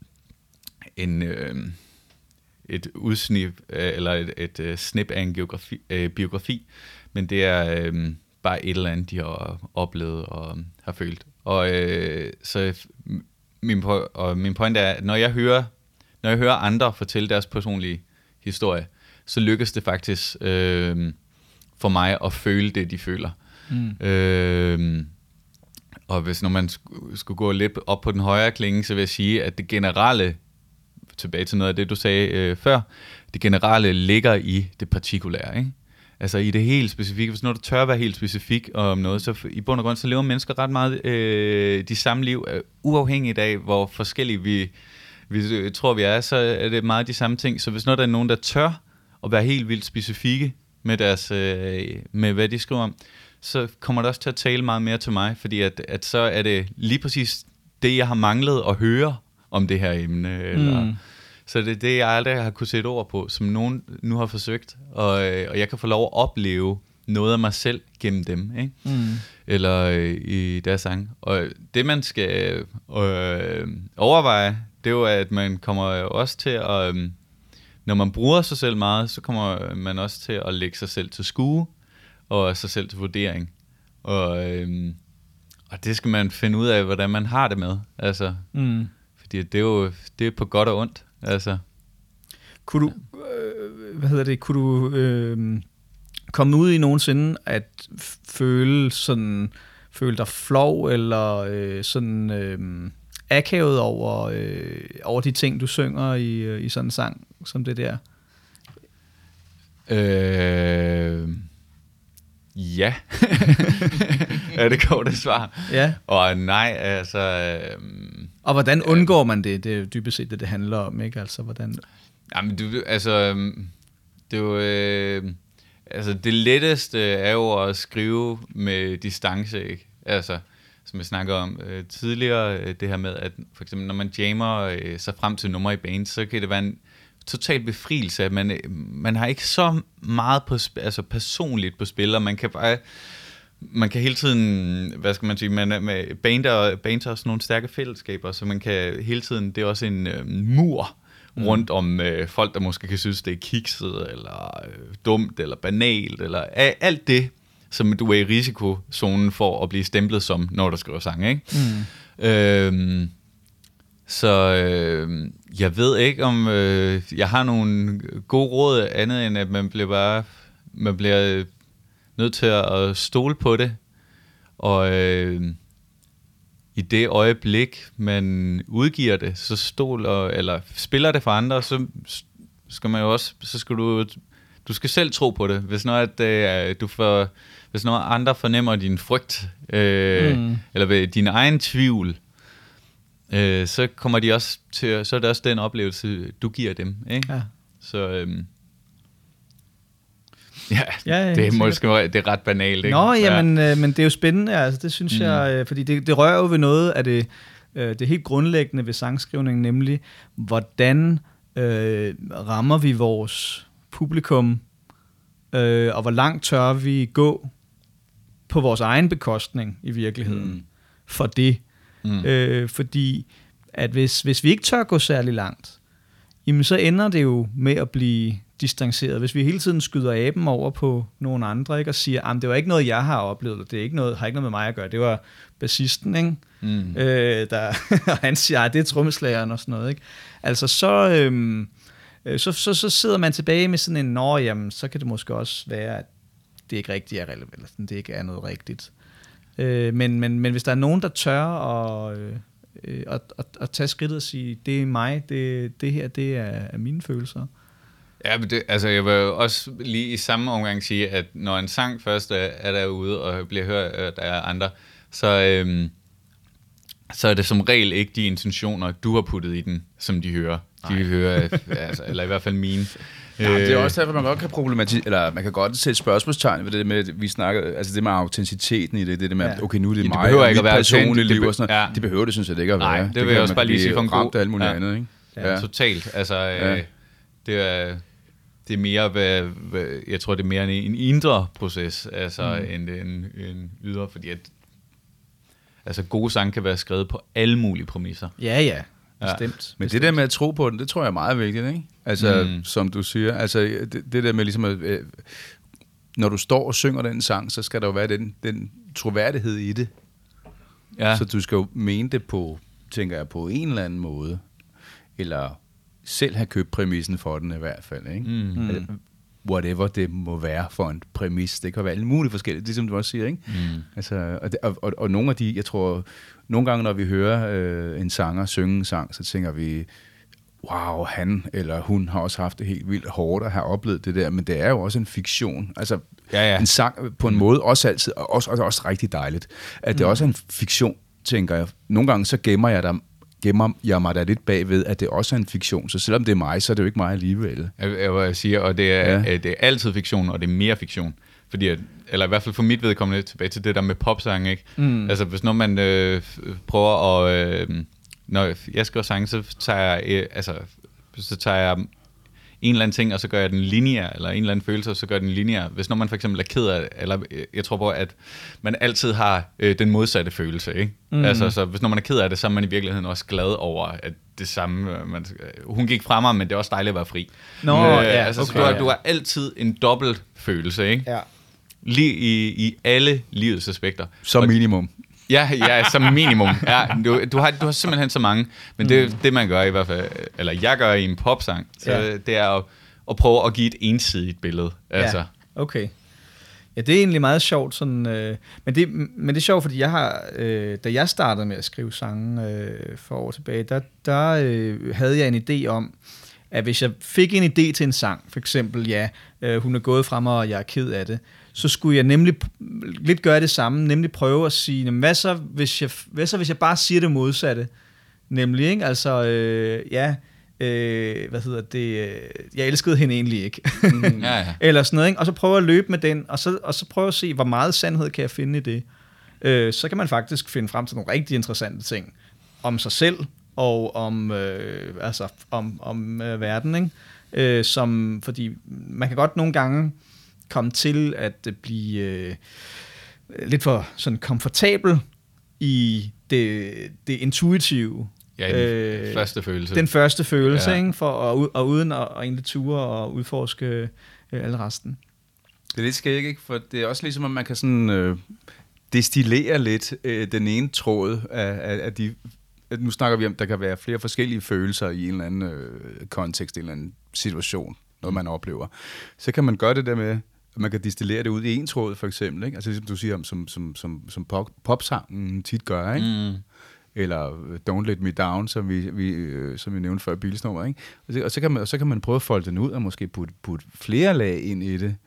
en øhm, et udsnip, øh, eller et, et øh, snip af en geografi, øh, biografi, men det er øhm, bare et eller andet, de har oplevet og har følt. Og øh, så min, po- og min point er, at når jeg hører, når jeg hører andre fortælle deres personlige historie, så lykkes det faktisk øh, for mig at føle det, de føler. Mm. Øh, og hvis når man sk- skulle gå lidt op på den højere klinge, så vil jeg sige, at det generelle, tilbage til noget af det, du sagde øh, før, det generelle ligger i det partikulære, ikke? Altså i det helt specifikke. Hvis når du tør være helt specifik om noget, så i bund og grund, så lever mennesker ret meget øh, de samme liv, øh, uafhængigt af, hvor forskellige vi, vi tror, vi er, så er det meget de samme ting. Så hvis når der er nogen, der tør at være helt vildt specifikke med, deres, øh, med hvad de skriver om, så kommer det også til at tale meget mere til mig, fordi at, at så er det lige præcis det, jeg har manglet at høre om det her emne. Eller, mm. Så det er det, jeg aldrig har kunne sætte ord på, som nogen nu har forsøgt, og, og jeg kan få lov at opleve noget af mig selv gennem dem, ikke? Mm. Eller øh, i deres sang. Og det, man skal øh, overveje, det er jo, at man kommer også til at, øh, når man bruger sig selv meget, så kommer man også til at lægge sig selv til skue, og sig selv til vurdering. Og, øh, og det skal man finde ud af, hvordan man har det med. Altså, mm. Fordi det er jo det er på godt og ondt. Altså. Kunne du, øh, hvad hedder det, kunne du øh, komme ud i nogensinde at føle sådan, føle dig flov, eller øh, sådan øh, akavet over, øh, over de ting, du synger i, i sådan en sang, som det der? Øh... Ja. Ja, det går det svar. Ja. Og nej, altså... Øhm, og hvordan undgår øh, man det? Det er dybest set det, det handler om, ikke? Altså, hvordan... Jamen, du, altså... Det er jo... Øh, altså, det letteste er jo at skrive med distance, ikke? Altså, som jeg snakker om øh, tidligere, det her med, at for eksempel, når man jammer øh, sig frem til nummer i band, så kan det være en total befrielse, at man, man har ikke så meget på, altså personligt på spil, og man kan bare, man kan hele tiden, hvad skal man sige, man, med band og band har også nogle stærke fællesskaber, så man kan hele tiden, det er også en øh, mur mm. rundt om øh, folk, der måske kan synes, det er kikset, eller øh, dumt, eller banalt, eller alt det, som du er i risikozonen for at blive stemplet som, når du skriver sang, ikke? Mm. Øhm, Så øh, jeg ved ikke, om øh, jeg har nogle gode råd andet, end at man bliver bare man bliver nødt til at stole på det. Og øh, i det øjeblik, man udgiver det, så stoler, eller spiller det for andre, så skal man jo også, så skal du, du skal selv tro på det. Hvis noget, at øh, du får, hvis noget andre fornemmer din frygt, øh, mm. eller din egen tvivl, Øh, så kommer de også til, så er det også den oplevelse, du giver dem, ikke? Ja. Så, øhm, Ja, Ja, ja, det er sikkert. måske det er ret banalt, ikke? Nå, Ja. jamen, øh, men det er jo spændende, altså, det synes mm. jeg, øh, fordi det, det rører jo ved noget af det, øh, det helt grundlæggende ved sangskrivning, nemlig, hvordan øh, rammer vi vores publikum, øh, og hvor langt tør vi gå på vores egen bekostning i virkeligheden mm. for det. Mm. Øh, fordi at hvis, hvis vi ikke tør gå særlig langt, jamen så ender det jo med at blive distanceret. Hvis vi hele tiden skyder aben over på nogle andre, ikke, og siger, at det var ikke noget, jeg har oplevet, det er ikke noget, har ikke noget med mig at gøre, det var bassisten, ikke? Mm. Øh, der, og han siger, at det er trommeslageren og sådan noget. Ikke? Altså så, øhm, så, så, så sidder man tilbage med sådan en, nå, jamen, så kan det måske også være, at det ikke rigtigt er relevant, eller sådan, det ikke er noget rigtigt. Øh, men, men, men hvis der er nogen, der tør at, øh, at, at, at tage skridtet og sige, det er mig, det, det her, det er, er mine følelser. Ja, men det, altså jeg vil også lige i samme omgang sige, at når en sang først er, er derude og bliver hørt af andre, så, øhm, så er det som regel ikke de intentioner, du har puttet i den, som de hører. De vil høre, altså, eller i hvert fald mine. Ja, det er også derfor, man godt kan problematisere, eller man kan godt sætte spørgsmålstegn ved det med, at vi snakker, altså det med autenticiteten i det, det med, okay, nu er det, ja, mig, det behøver og ikke mit at være personlige liv det, og sådan noget. Ja. Det behøver det, synes jeg, det ikke at være. Nej, det, det vil vil jeg også man bare lige sige for en god... ramt af alt muligt ja. andet, ikke? Ja, ja. Totalt. Altså, ja. øh, det er... Det er mere, hvad, hvad, jeg tror, det er mere en, en indre proces, altså, mm. end en, en ydre, fordi at, altså, gode sange kan være skrevet på alle mulige præmisser. Ja, ja, bestemt. Ja. Men bestemt. det der med at tro på den, det tror jeg er meget vigtigt, ikke? Altså, mm. som du siger, altså, det, det der med ligesom, at, øh, når du står og synger den sang, så skal der jo være den, den troværdighed i det. Ja. Så du skal jo mene det på, tænker jeg, på en eller anden måde, eller selv have købt præmissen for den i hvert fald, ikke? Mm. Altså, whatever det må være for en præmis. Det kan være alle mulige forskellige, det som du også siger, ikke? Mm. Altså, og, og, og, og nogle af de, jeg tror, nogle gange, når vi hører øh, en sanger synge en sang, så tænker vi, wow, han eller hun har også haft det helt vildt hårdt at have oplevet det der, men det er jo også en fiktion. Altså, ja, ja. En sang på en måde også altid, og også, også, også rigtig dejligt, at det mm. også er en fiktion, tænker jeg. Nogle gange så gemmer jeg der gemmer jeg mig der lidt bagved, at det også er en fiktion. Så selvom det er mig, så er det jo ikke mig alligevel. Jeg, jeg vil sige, og det er, ja. det er altid fiktion, og det er mere fiktion. Fordi, at, eller i hvert fald for mit vedkommende, tilbage til det der med popsang, ikke? Mm. Altså, hvis når man øh, prøver at... Øh, når jeg skriver sange, så tager jeg... Øh, altså, så tager jeg en eller anden ting, og så gør jeg den lineær, eller en eller anden følelse, og så gør jeg den lineær. Hvis når man for eksempel er ked af, eller jeg tror på, at man altid har øh, den modsatte følelse, ikke? Mm. Altså, så hvis når man er ked af det, så er man i virkeligheden også glad over, at det samme, man, hun gik fra mig, men det er også dejligt at være fri. Nå, øh, ja, altså, okay, så du har, ja. du har altid en dobbelt følelse, ikke? Ja. Lige i, i alle livets aspekter. Som minimum. Ja, ja, som minimum. Ja, du, du, har, du har simpelthen så mange. Men det, mm. det man gør i hvert fald, eller jeg gør i en popsang, så ja. det er at, at prøve at give et ensidigt billede. Altså. Ja, okay. Ja, det er egentlig meget sjovt. Sådan, øh, men, det, men det er sjovt, fordi jeg har, øh, da jeg startede med at skrive sange øh, for år tilbage, der, der øh, havde jeg en idé om, at hvis jeg fik en idé til en sang, for eksempel, ja, øh, hun er gået fra mig, og jeg er ked af det, så skulle jeg nemlig lidt gøre det samme, nemlig prøve at sige, hvad så, hvis jeg, hvad så hvis jeg bare siger det modsatte? Nemlig, ikke? Altså, øh, ja, øh, hvad hedder det, øh, jeg elskede hende egentlig ikke. mm, ja, ja. Eller sådan noget, ikke? Og så prøve at løbe med den, og så, og så prøve at se, hvor meget sandhed kan jeg finde i det. Øh, så kan man faktisk finde frem til nogle rigtig interessante ting om sig selv, og om, øh, altså, om, om øh, verden, ikke? Øh, som, fordi man kan godt nogle gange komme til at blive øh, lidt for sådan komfortabel i det, det intuitive. Ja, den øh, første følelse. Den første følelse, ja. ikke? For, og, og uden at og egentlig ture og udforske øh, alle resten. Det er lidt skægt, ikke? For det er også ligesom, at man kan sådan øh, destillere lidt øh, den ene tråd af, af, af de... Nu snakker vi om, at der kan være flere forskellige følelser i en eller anden øh, kontekst, en eller anden situation, noget man oplever. Så kan man gøre det der med, at man kan distillere det ud i en tråd, for eksempel. Ikke? Altså ligesom du siger, som, som, som, som pop, popsangen tit gør, ikke? Mm. Eller Don't Let Me Down, som vi, vi, øh, som vi nævnte før, Bilsnummer, ikke? Og, så, og så, kan man, så kan man prøve at folde den ud og måske putte, putte flere lag ind i det.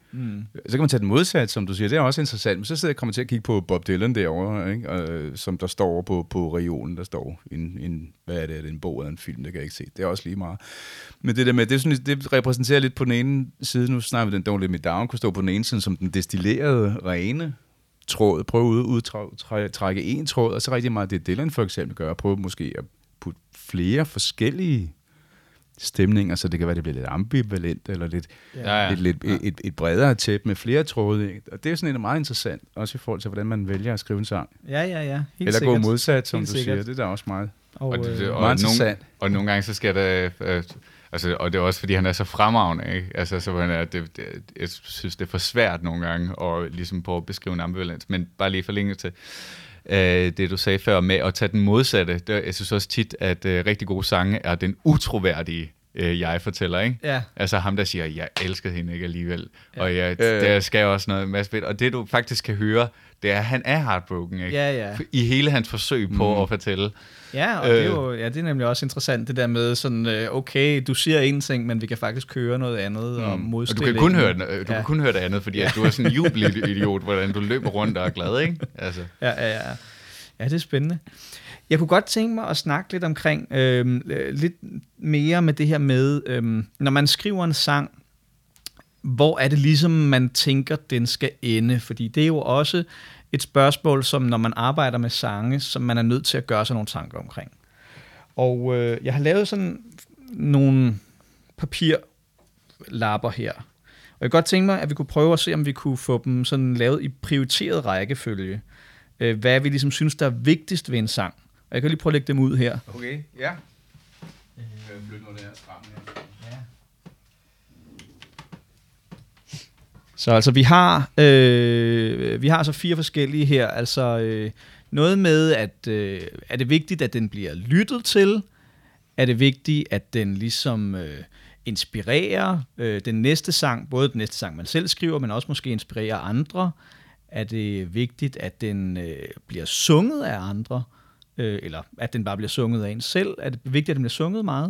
Mm. Så kan man tage den modsat, som du siger. Det er også interessant. Men så sidder jeg og kommer til at kigge på Bob Dylan derovre, ikke? Og, som der står på, på regionen. Der står en, en, hvad er det, en bog eller en film, det kan jeg ikke se. Det er også lige meget. Men det der med, det, er sådan, det repræsenterer lidt på den ene side. Nu snakker vi den Don't Let Me Down, kunne stå på den ene side som den destillerede, rene tråd. Prøve at udtrække en tråd, og så rigtig meget det Dylan for eksempel gør. Prøve måske at putte flere forskellige stemninger, så det kan være, det bliver lidt ambivalent, eller lidt, Ja, ja. lidt, lidt et, et, et bredere tæppe med flere tråde. Ikke? Og det er sådan en meget interessant, også i forhold til, hvordan man vælger at skrive en sang. Ja, ja, ja. Helt Eller sikkert. gå modsat, som Helt du sikkert. siger. Det er da også meget. Og, Og, det, øh, og, meget nogle, interessant. og nogle gange så skal der... Øh, altså, og det er også, fordi han er så fremragende, ikke? Altså, så han er, det, det, jeg synes, det er for svært nogle gange at ligesom prøve at beskrive en ambivalens. Men bare lige forlænge til øh, det, du sagde før med at tage den modsatte. Det, jeg synes også tit, at øh, rigtig gode sange er den utroværdige øh, jeg-fortæller, ikke? Ja. Altså ham, der siger, jeg elskede hende ikke alligevel. Ja. Og jeg, Øh. der skal også noget masse fedt. Og det, du faktisk kan høre, det er, at han er heartbroken, ikke? Ja, ja. I hele hans forsøg på Mm. at fortælle. Ja, og øh. det, er jo, ja, det er nemlig også interessant, det der med sådan, øh, okay, du siger en ting, men vi kan faktisk høre noget andet, mm. og Og du modstille. kan kun høre, den- du Ja. kan kun høre det andet, fordi ja. at du er sådan en jubelidiot, hvordan du løber rundt og er glad, ikke? Altså. Ja, ja, ja. Ja, det er spændende. Jeg kunne godt tænke mig at snakke lidt omkring, øh, lidt mere med det her med, øh, når man skriver en sang, hvor er det ligesom, man tænker, den skal ende? Fordi det er jo også et spørgsmål, som når man arbejder med sange, som man er nødt til at gøre sig nogle tanker omkring. Og øh, jeg har lavet sådan nogle papirlapper her. Og jeg kunne godt tænke mig, at vi kunne prøve at se, om vi kunne få dem sådan lavet i prioriteret rækkefølge. Øh, hvad vi ligesom synes, der er vigtigst ved en sang. Og jeg kan lige prøve at lægge dem ud her. Okay, ja. Flyt noget der frem her. Så altså, vi har, øh, vi har altså fire forskellige her. Altså øh, noget med, at øh, er det vigtigt, at den bliver lyttet til? Er det vigtigt, at den ligesom øh, inspirerer øh, den næste sang? Både den næste sang, man selv skriver, men også måske inspirerer andre. Er det vigtigt, at den øh, bliver sunget af andre? Øh, eller at den bare bliver sunget af en selv? Er det vigtigt, at den bliver sunget meget?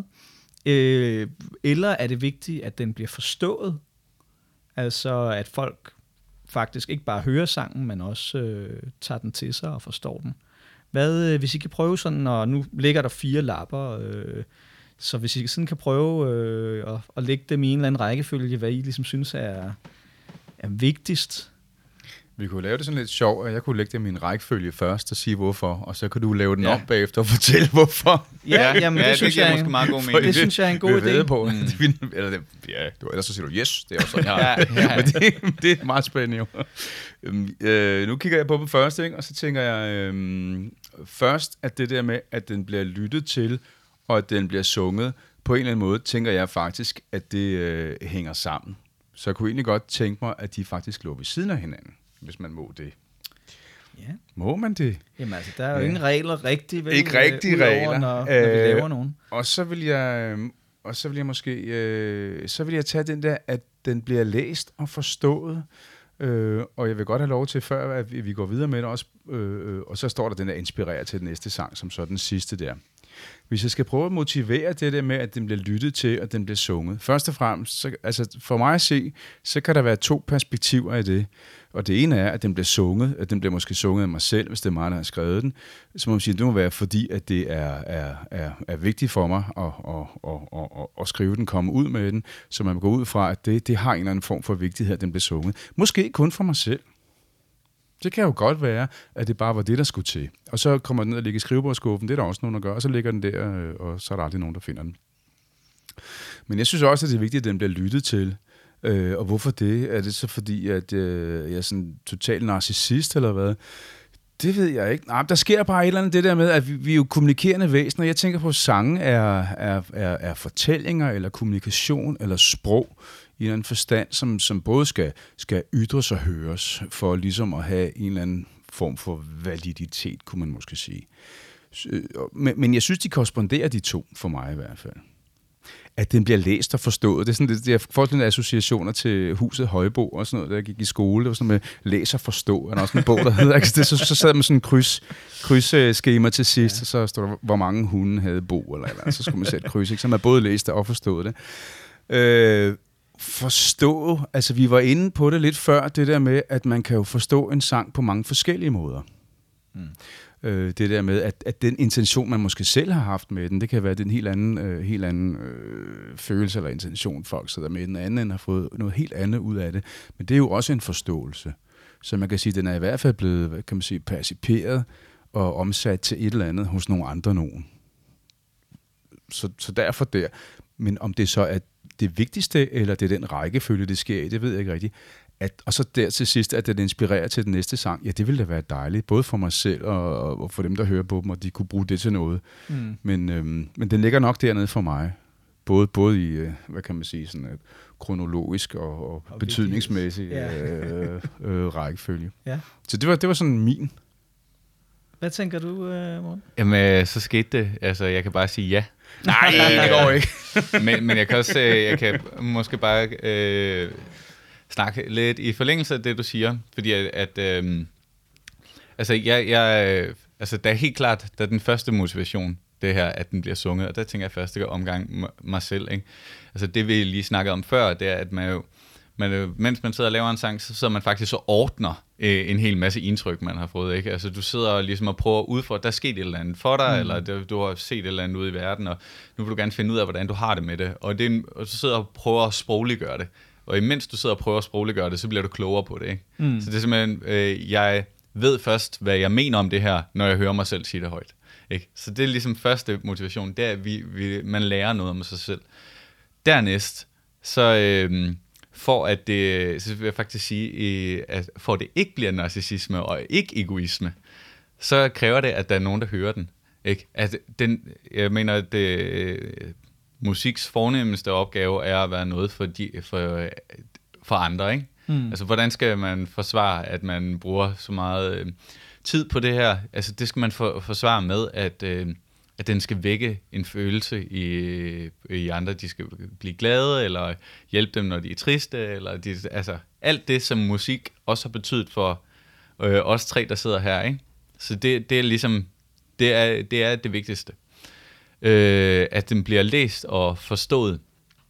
Øh, eller er det vigtigt, at den bliver forstået? Altså, at folk faktisk ikke bare hører sangen, men også øh, tager den til sig og forstår den. Hvad, øh, hvis I kan prøve sådan, og nu ligger der fire lapper, øh, så hvis I sådan kan prøve øh, at, at lægge dem i en eller anden rækkefølge, hvad I ligesom synes er, er vigtigst. Vi kunne lave det sådan lidt sjovt, at jeg kunne lægge dem i en rækkefølge først og sige hvorfor, og så kan du lave den Ja. op bagefter og fortælle hvorfor. Ja, jamen, ja, det, synes giver jeg, måske meget god det, mening. det synes jeg er en god Vi ved idé. på. Mm. Eller det, ja, du, ellers så siger du yes, det er også sådan. Ja, ja, ja. Men det, det er meget spændende jo. Øhm, øh, nu kigger jeg på dem først, ikke? Og så tænker jeg øhm, først, at det der med, at den bliver lyttet til, og at den bliver sunget, på en eller anden måde, tænker jeg faktisk, at det øh, hænger sammen. Så jeg kunne egentlig godt tænke mig, at de faktisk lå ved siden af hinanden, hvis man må det. Ja. Må man det? Jamen altså, der er jo Ja. ingen regler rigtigt. Vel, Ikke rigtige udover, regler. Når, når vi Øh, laver nogen. Og så vil jeg, øh, og så vil jeg måske, øh, så vil jeg tage den der, at den bliver læst og forstået. Øh, og jeg vil godt have lov til, før at vi, vi går videre med det også, øh, og så står der den der inspirerer til den næste sang, som så den sidste der. Hvis jeg skal prøve at motivere det der med, at den bliver lyttet til, og den bliver sunget. Først og fremmest, så, altså for mig at se, så kan der være to perspektiver i det. Og det ene er, at den bliver sunget, at den bliver måske sunget af mig selv, hvis det er mig, der har skrevet den. Så må man sige, at det må være, fordi at det er, er, er, er vigtigt for mig at, at, at, at, at, at skrive den, komme ud med den, så man går ud fra, at det, det har en eller anden form for vigtighed, at den bliver sunget. Måske kun for mig selv. Det kan jo godt være, at det bare var det, der skulle til. Og så kommer den ned og ligger i skrivebordskuffen, det er der også nogen, der gør, og så ligger den der, øh, og så er der aldrig nogen, der finder den. Men jeg synes også, at det er vigtigt, at den bliver lyttet til. Øh, og hvorfor det? Er det så fordi, at øh, jeg er sådan total narcissist, eller hvad? Det ved jeg ikke. Nej, der sker bare et eller andet det der med, at vi, vi er jo kommunikerende væsener. Jeg tænker på, at sange er, er, er, er fortællinger, eller kommunikation, eller sprog, i en eller anden forstand, som, som både skal, skal ytres og høres, for ligesom at have en eller anden form for validitet, kunne man måske sige. Men, men jeg synes, de korresponderer, de to, for mig i hvert fald. At den bliver læst og forstået. Det er sådan, det, det er forstående associationer til Huset Højbo og sådan noget, da jeg gik i skole. Det var sådan med læs og forstå. Er der også en bog, der hedder? Det, så, så sad man sådan en kryds, krydsskema til sidst, ja. Og så stod der, hvor mange hunde havde bo, eller, eller så skulle man sætte kryds. Ikke? Så man både læste og forstod det. Øh, forstå, altså vi var inde på det lidt før, det der med, at man kan jo forstå en sang på mange forskellige måder. Mm. Øh, det der med, at, at den intention, man måske selv har haft med den, det kan være den helt anden, øh, helt anden øh, følelse eller intention, folk sidder med. Den anden end har fået noget helt andet ud af det. Men det er jo også en forståelse. Så man kan sige, at den er i hvert fald blevet, hvad kan man sige, perciperet og omsat til et eller andet hos nogle andre nogen. Så, så derfor der. Men om det så er det vigtigste, eller det er den rækkefølge, det sker i, det ved jeg ikke rigtigt. At, og så der til sidst, at den inspirerer til den næste sang, ja, det ville da være dejligt, både for mig selv og, og for dem, der hører på dem, og de kunne bruge det til noget. Mm. Men, øhm, men den ligger nok dernede for mig. Både, både i, øh, hvad kan man sige, sådan et kronologisk og, og, og betydningsmæssig ja. øh, øh, rækkefølge. Ja. Så det var, det var sådan min. Hvad tænker du, uh, Morten? Jamen, så skete det. Altså, jeg kan bare sige ja. Nej, det går ikke. men, men jeg kan også, jeg kan måske bare øh, snakke lidt i forlængelse af det, du siger. Fordi at, at øh, altså, jeg, jeg, altså, der er helt klart, der er den første motivation, det her, at den bliver sunget. Og der tænker jeg første omgang mig selv. Ikke? Altså, det vi lige snakkede om før, det er, at man jo, man, mens man sidder og laver en sang, så sidder man faktisk og ordner øh, en hel masse indtryk, man har fået. Ikke? Altså, du sidder ligesom og prøver at udfordre, der er sket et eller andet for dig, mm. eller du, du har set et eller andet ude i verden, og nu vil du gerne finde ud af, hvordan du har det med det. Og, det en, og du sidder og prøver at sprogliggøre det. Og imens du sidder og prøver at sprogliggøre det, så bliver du klogere på det. Ikke? Mm. Så det er simpelthen, øh, jeg ved først, hvad jeg mener om det her, når jeg hører mig selv sige det højt. Ikke? Så det er ligesom første motivation, det er, at vi, vi, man lærer noget om sig selv. Dernæst, så øh, for at det, så vil jeg faktisk sige, at for at det ikke bliver narcissisme og ikke egoisme, så kræver det, at der er nogen, der hører den. Ikke? At den, jeg mener, at det, musiks fornemmeste opgave er at være noget for, de, for, for andre. Ikke? Mm. Altså, hvordan skal man forsvare, at man bruger så meget øh, tid på det her? Altså, det skal man for, forsvare med, at, øh, at den skal vække en følelse i, i andre. De skal blive glade, eller hjælpe dem, når de er triste, eller de, altså, alt det, som musik også har betydet for øh, os tre, der sidder her. Ikke? Så det, det er ligesom, det er det, er det vigtigste. Øh, at den bliver læst og forstået.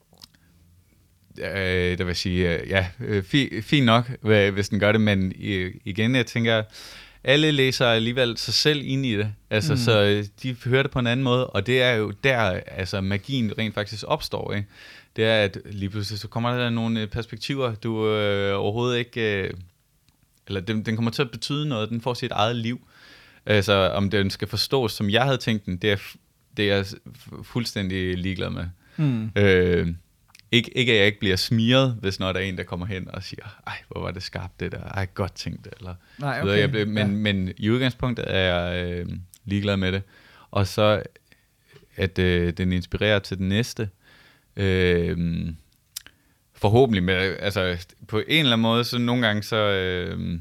Øh, der vil sige, øh, ja, fi, fint nok, hvis den gør det, men igen, jeg tænker, alle læser alligevel sig selv ind i det, altså, mm. så de hører det på en anden måde, og det er jo der, altså, magien rent faktisk opstår, ikke? Det er, at lige pludselig, så kommer der nogle perspektiver, du øh, overhovedet ikke, øh, eller den, den kommer til at betyde noget, den får sit eget liv, altså, om den skal forstås, som jeg havde tænkt den, det er, det er jeg fuldstændig ligeglad med. Mm. Øh, Ikke, ikke at jeg ikke bliver smiret, hvis når der er en, der kommer hen og siger, ej, hvor var det skarpt det der, ej, godt tænkt det, eller Nej, okay. jeg blev, men, ja. men i udgangspunktet er jeg øh, ligeglad med det. Og så, at øh, den inspirerer til den næste, øh, forhåbentlig, med, altså på en eller anden måde, så nogle gange så, øh,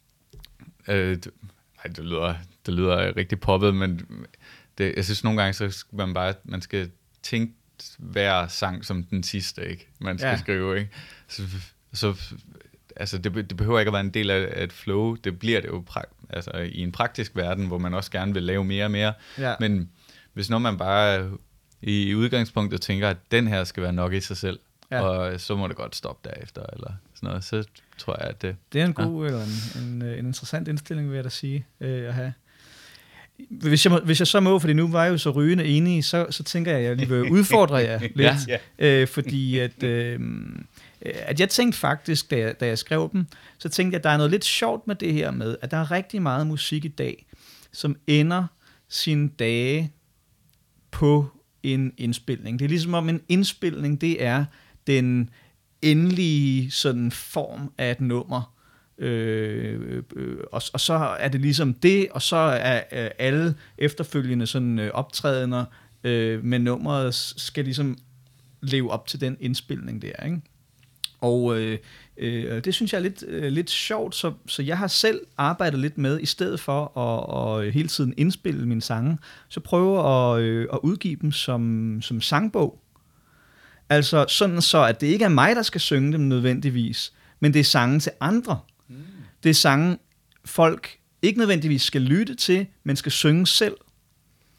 øh, ej, det lyder, det lyder rigtig poppet, men det, jeg synes nogle gange, så skal man bare, man skal tænke hver sang som den sidste, ikke? Man skal ja. skrive, ikke? Så, så altså, det, det behøver ikke at være en del af, af et flow. Det bliver det jo pra- altså, i en praktisk verden, hvor man også gerne vil lave mere og mere. Ja. Men hvis når man bare i, i udgangspunktet tænker, at den her skal være nok i sig selv, ja. og så må det godt stoppe derefter, eller sådan noget, så tror jeg, at det... Det er en god, ja. eller en, en, en interessant indstilling, vil jeg da sige, øh, at have. Hvis jeg, hvis jeg så må, fordi nu var jeg jo så rygende enige, så, så tænker jeg, at jeg lige vil udfordre jer lidt. ja, ja. Øh, fordi at, øh, at jeg tænkte faktisk, da jeg, da jeg skrev dem, så tænkte jeg, at der er noget lidt sjovt med det her med, at der er rigtig meget musik i dag, som ender sine dage på en indspilning. Det er ligesom om en indspilning, det er den endelige sådan form af et nummer. Øh, øh, og, og så er det ligesom det, og så er øh, alle efterfølgende sådan øh, optrædener øh, med nummeret skal ligesom leve op til den indspilning der, ikke? Og øh, øh, det synes jeg er lidt, øh, lidt sjovt, så, så jeg har selv arbejdet lidt med, i stedet for at, at hele tiden indspille mine sange, så prøve at, øh, at udgive dem som, som sangbog. Altså sådan så, at det ikke er mig, der skal synge dem nødvendigvis, men det er sange til andre. Mm. Det er sange, folk ikke nødvendigvis skal lytte til, men skal synge selv.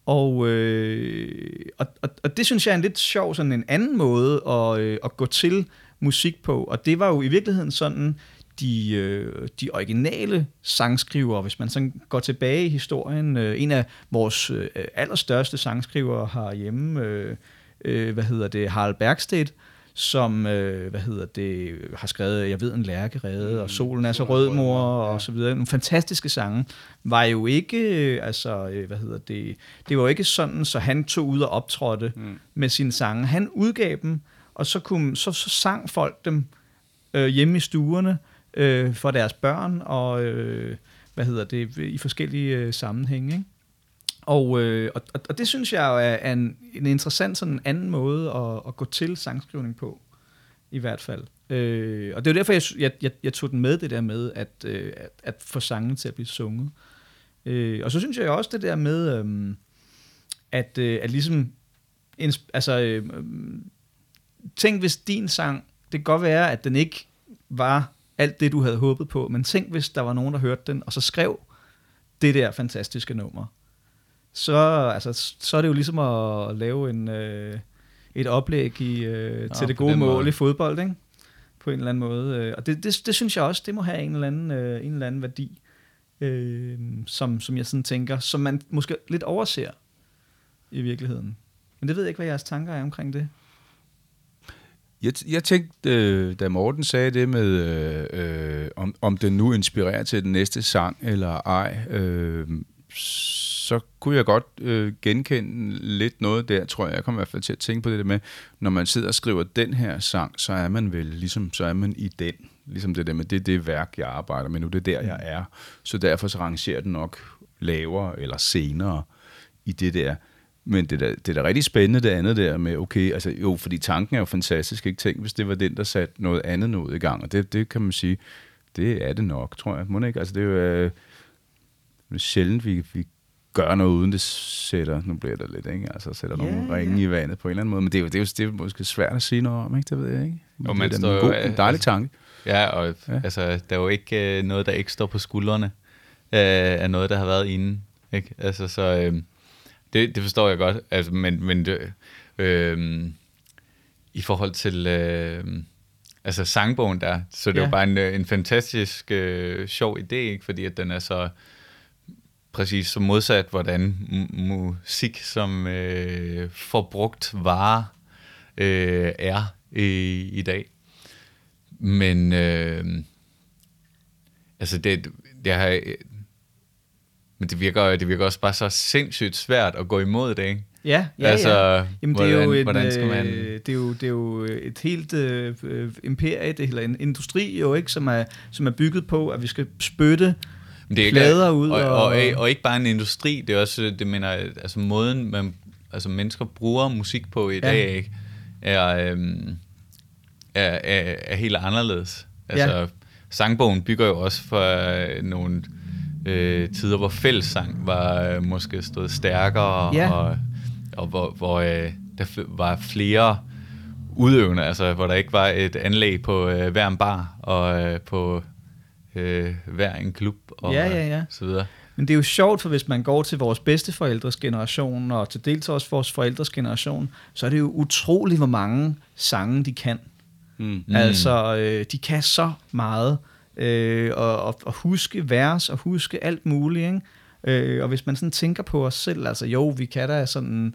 Og, øh, og, og, og det synes jeg er en lidt sjov, sådan en anden måde at, øh, at gå til musik på. Og det var jo i virkeligheden sådan, de, øh, de originale sangskrivere, hvis man sådan går tilbage i historien. Øh, en af vores øh, allerstørste sangskrivere herhjemme, øh, øh, hvad hedder det, Harald Bergstedt, som øh, hvad hedder det, har skrevet Jeg ved en lærkerede, mm, og Solen er så rød, mor, og ja. så videre. Nogle fantastiske sange. Var jo ikke, øh, altså, øh, hvad hedder det, det var jo ikke sådan, så han tog ud og optrådte mm. med sine sange. Han udgav dem, og så, kunne, så, så sang folk dem øh, hjemme i stuerne øh, for deres børn, og øh, hvad hedder det, i forskellige øh, sammenhænge, ikke? Og, øh, og, og det synes jeg jo er en, en interessant sådan anden måde at, at gå til sangskrivning på, i hvert fald. Øh, og det er jo derfor, jeg, jeg, jeg, jeg tog den med, det der med at, øh, at, at få sangene til at blive sunget. Øh, og så synes jeg også det der med, øh, at, øh, at ligesom, altså, øh, tænk hvis din sang, det kan godt være, at den ikke var alt det, du havde håbet på, men tænk hvis der var nogen, der hørte den, og så skrev det der fantastiske nummer. Så, altså, så er det jo ligesom at lave en, øh, et oplæg i, øh, til ja, det gode mål måde. I fodbold, ikke? På en eller anden måde. Og det, det, det synes jeg også, det må have en eller anden, øh, en eller anden værdi, øh, som, som jeg sådan tænker, som man måske lidt overser i virkeligheden. Men det ved jeg ikke, hvad jeres tanker er omkring det. Jeg, jeg tænkte, øh, da Morten sagde det med, øh, øh, om, om den nu inspirerer til den næste sang eller ej, øh, så kunne jeg godt øh, genkende lidt noget der, tror jeg. Jeg kommer i hvert fald til at tænke på det der med, når man sidder og skriver den her sang, så er man vel ligesom, så er man i den. Ligesom det der med, det er det værk, jeg arbejder med nu, det er der, jeg er. Så derfor så rangerer den nok lavere eller senere i det der. Men det er da, da rigtig spændende, det andet der med, okay, altså jo, fordi tanken er jo fantastisk, ikke? Tænk, hvis det var den, der satte noget andet noget i gang, og det, det kan man sige, det er det nok, tror jeg. Må det ikke? Altså det er jo øh, det er sjældent, vi, vi gør noget, uden det sætter, nu bliver det lidt, ikke? Altså sætter yeah, nogle ringe yeah. i vandet på en eller anden måde, men det er jo, det er jo, det er jo måske svært at sige noget om, ikke? Det ved jeg ikke. Og man det står er en, god, en dejlig tanke. Ja, og ja. Altså, der er jo ikke øh, noget, der ikke står på skuldrene øh, af noget, der har været inde, ikke? Altså, så øh, det, det forstår jeg godt, altså, men, men det, øh, i forhold til øh, altså sangbogen der, så det er ja. jo bare en, en fantastisk øh, sjov idé, ikke? Fordi at den er så præcis så modsat, hvordan m- musik som øh, forbrugt vare øh, er i, i dag. Men øh, altså det, det har, men det virker, det virker også bare så sindssygt svært at gå imod det, ikke? Ja, ja, altså, ja. Jamen, det, hvordan, er jo en, hvordan skal man... det, er jo, det er jo et helt øh, imperie, det, eller en industri jo, ikke, som er, som er bygget på, at vi skal spytte det er flader ud. Og, og, og, og ikke bare en industri, det er også, det mener, altså måden, man, altså mennesker bruger musik på i ja. dag, ikke, er, øhm, er, er, er helt anderledes. Altså, ja. Sangbogen bygger jo også for øh, nogle øh, tider, hvor fællessang var øh, måske stået stærkere, ja. og, og hvor, hvor øh, der f- var flere udøvende, altså hvor der ikke var et anlæg på øh, hver en bar, og øh, på øh, hver en klub, og ja, ja, ja. så videre. Men det er jo sjovt, for hvis man går til vores bedsteforældres generation, og til dels også vores forældres generation, så er det jo utroligt, hvor mange sange de kan. Mm. Altså, øh, de kan så meget. Øh, og, og, og huske vers, og huske alt muligt, ikke? Øh, og hvis man sådan tænker på os selv, altså jo, vi kan da sådan,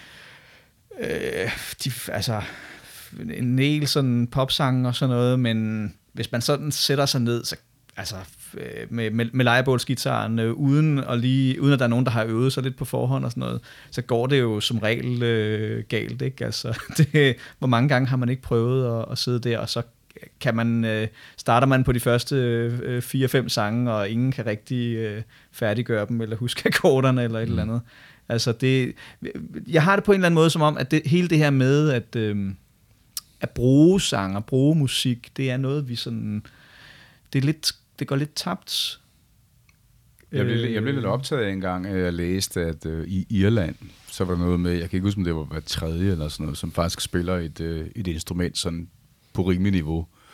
øh, de, altså, en del sådan popsange og sådan noget, men hvis man sådan sætter sig ned, så altså med, med, med lejrebålsgitaren, øh, uden, at lige, uden at der er nogen, der har øvet sig lidt på forhånd og sådan noget, så går det jo som regel øh, galt, ikke? Altså, det, hvor mange gange har man ikke prøvet at, at sidde der, og så kan man, øh, starter man på de første øh, fire-fem sange, og ingen kan rigtig øh, færdiggøre dem, eller huske akkorderne, eller et mm. eller andet. Altså det, jeg har det på en eller anden måde som om, at det, hele det her med, at, øh, at bruge sang og bruge musik, det er noget, vi sådan, det er lidt, det går lidt tabt. Jeg blev, jeg blev lidt optaget af en gang, at jeg læste, at øh, i Irland, så var der noget med, jeg kan ikke huske, om det var hver tredje eller sådan noget, som faktisk spiller et, øh, et instrument sådan på rimelig niveau.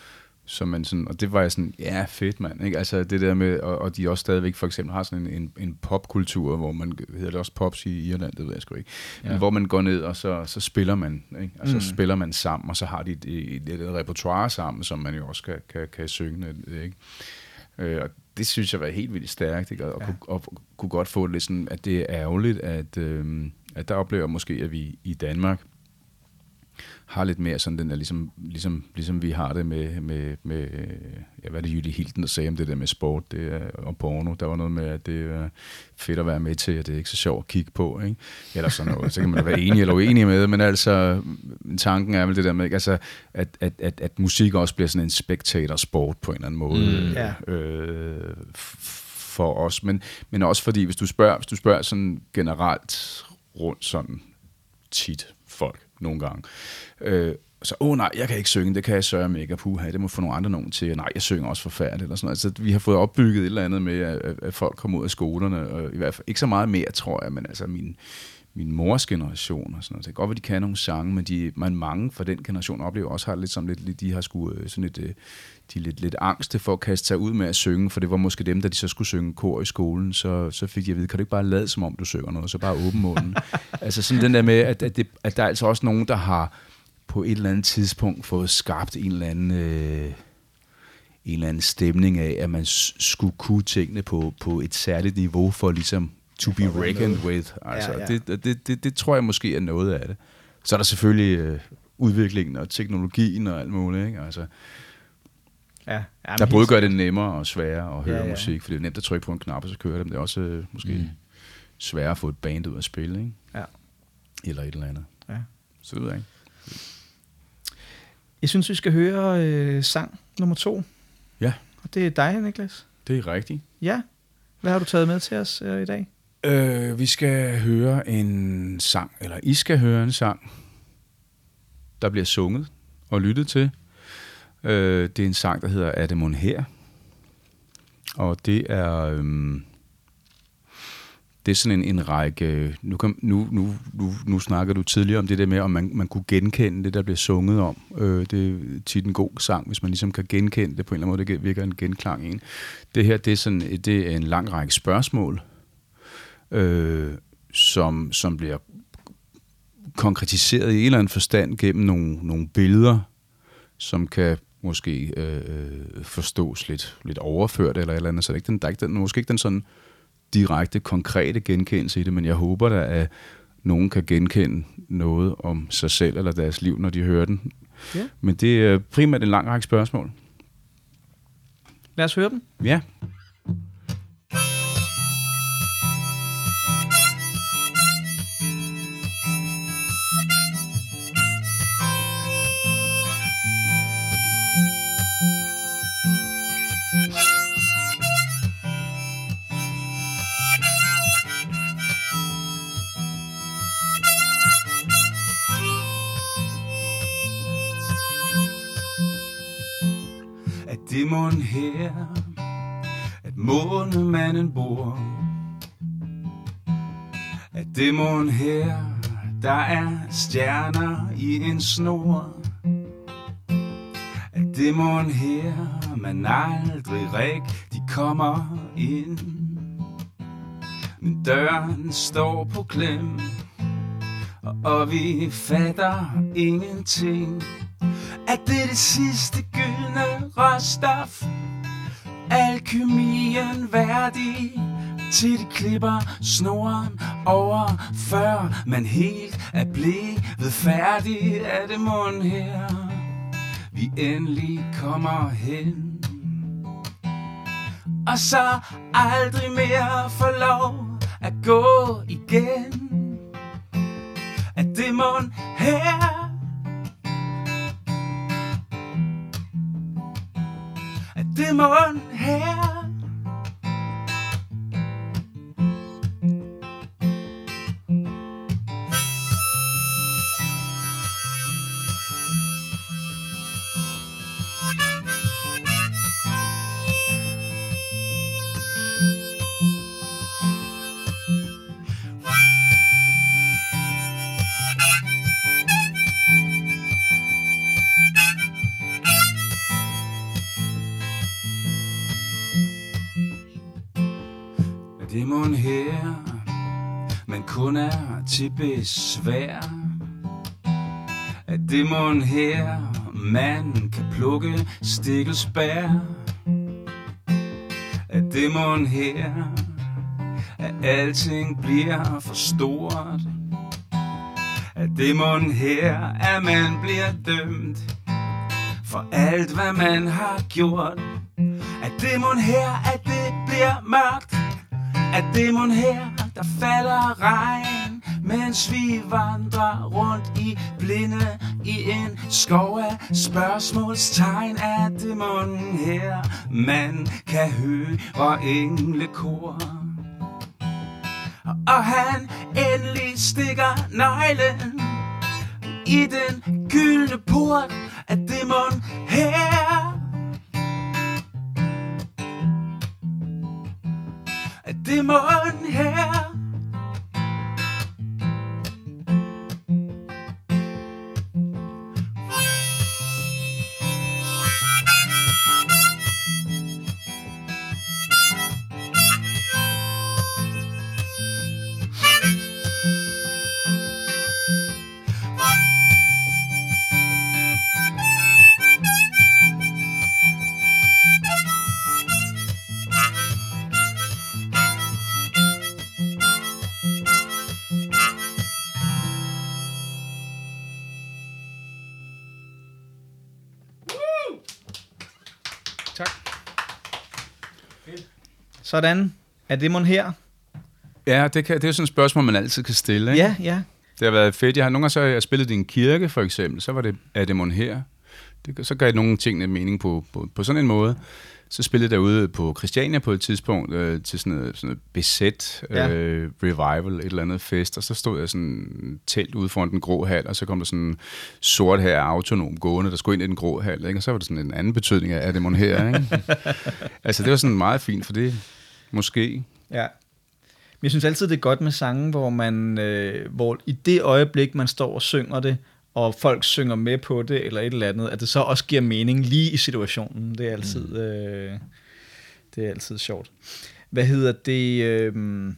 Så man sådan, og det var jeg sådan, ja, fedt mand, ikke? Altså det der med, og, og de også stadigvæk for eksempel har sådan en, en, en popkultur, hvor man, hedder det også pops i Irland, det ved jeg sgu ikke, ja. Men hvor man går ned, og så, så spiller man, ikke? Og så mm. spiller man sammen, og så har de et, et, et, et repertoire sammen, som man jo også kan, kan, kan synge, ikke? Øh, og det synes jeg var helt vildt stærkt, ikke? Og, ja. og, kunne, og kunne godt få det lidt sådan, at det er ærgerligt, at, øh, at der oplever måske, at vi i Danmark har lidt mere sådan den der, ligesom, ligesom, ligesom vi har det med, med, med ja, hvad er det Jytte Hilden, der sagde om det der med sport det er, og porno. Der var noget med, at det er fedt at være med til, at det er ikke så sjovt at kigge på, ikke? Eller sådan noget. Så kan man være enig eller uenig med det, men altså, tanken er vel det der med, altså, at, at, at, at musik også bliver sådan en spectator-sport på en eller anden måde mm, ja. øh, for os. Men, men også fordi, hvis du spørger, hvis du spørger sådan generelt rundt sådan tit folk, nogle gange. Øh, så, åh oh, nej, jeg kan ikke synge, det kan jeg sørge mega puha, det må få nogle andre nogen til, nej, jeg synger også forfærdeligt, eller sådan noget. Altså, vi har fået opbygget et eller andet med, at, at folk kommer ud af skolerne, og i hvert fald ikke så meget mere, tror jeg, men altså min, min mors generation og sådan noget. Det kan godt være, de kan nogle sange, men de, man mange fra den generation oplever også, har lidt som lidt, de har sgu sådan lidt, de er lidt, lidt angste for at kaste sig ud med at synge, for det var måske dem, der de så skulle synge kor i skolen, så, så fik de at vide, kan du ikke bare lade som om du synger noget, så bare åben munden. Altså sådan den der med, at, at, det, at der er altså også nogen, der har på et eller andet tidspunkt fået skabt en eller anden, øh, en eller anden stemning af, at man skulle kunne tingene på, på et særligt niveau for ligesom to be reckoned with. Altså, ja, ja. Det, det, det, det tror jeg måske er noget af det. Så er der selvfølgelig øh, udviklingen og teknologien og alt muligt, ikke? Altså, ja, ja, der både gør det nemmere og sværere at høre ja, ja. musik, for det er nemt at trykke på en knap, og så kører det, men det er også øh, måske mm. sværere at få et band ud at spille, ikke? Ja. Eller et eller andet. Ja. Så ved jeg ikke. Jeg synes, vi skal høre øh, sang nummer to. Ja. Og det er dig, Niklas. Det er rigtigt. Ja. Hvad har du taget med til os øh, i dag? Øh, vi skal høre en sang, eller I skal høre en sang, der bliver sunget og lyttet til. Øh, det er en sang, der hedder Er det mon her? Og det er... Øhm, det er sådan en, en række... Nu, kan, nu, nu, nu, nu snakker du tidligere om det der med, om man, man kunne genkende det, der bliver sunget om. Øh, det er tit en god sang, hvis man ligesom kan genkende det på en eller anden måde. Det virker en genklang i en. Det her, det er, sådan, det er en lang række spørgsmål, øh, som, som bliver konkretiseret i en eller anden forstand gennem nogle, nogle billeder, som kan måske øh, forstås lidt, lidt overført eller et eller andet. Så det er ikke den, der er ikke den, måske ikke den sådan direkte, konkrete genkendelse i det, men jeg håber da, at nogen kan genkende noget om sig selv eller deres liv, når de hører den. Ja. Men det er primært en lang række spørgsmål. Lad os høre dem. Ja. Det mon her, at månemanden bor. At det mon her, der er stjerner i en snor. At det mon her, man aldrig rigtig kommer ind. Men døren står på klem, og, og vi fatter ingenting. At det er det sidste gyldne råstof, alkymien værdig, til de klipper snoren over, før man helt er blevet færdig. Er det mon her, vi endelig kommer hen, og så aldrig mere får lov at gå igen. Er det mon her, det mon her. kun er til besvær. At det mon her, man kan plukke stikkelsbær. At det mon her, at alting bliver for stort. At det mon her, at man bliver dømt for alt, hvad man har gjort. At det mon her, at det bliver mørkt. At det mon her, der falder regn, mens vi vandrer rundt i blinde i en skov af spørgsmålstegn. At det mon her, man kan høre englekor. Og han endelig stikker neglen i den gyldne port. At det mon her, at det mon her. Sådan. Er det mon her? Ja, det, kan, det er jo sådan et spørgsmål, man altid kan stille. Ikke? Ja, ja. Det har været fedt. Jeg har nogle gange så har jeg spillet i en kirke, for eksempel. Så var det, er det mon her? Det, så gav jeg nogle ting mening på, på, på sådan en måde. Så spillede jeg derude på Christiania på et tidspunkt øh, til sådan noget, sådan noget besæt Ja. øh, revival, et eller andet fest, og så stod jeg sådan telt ude foran den grå hal, og så kom der sådan en sort her autonom gående, der skulle ind i den grå hal, ikke? Og så var det sådan en anden betydning af, er det mon her? Ikke? Altså det var sådan meget fint, for det måske. Ja. Men jeg synes altid, det er godt med sange, hvor man, øh, hvor i det øjeblik, man står og synger det, og folk synger med på det, eller et eller andet, at det så også giver mening lige i situationen. Det er altid, mm. øh, det er altid sjovt. Hvad hedder det? Øh,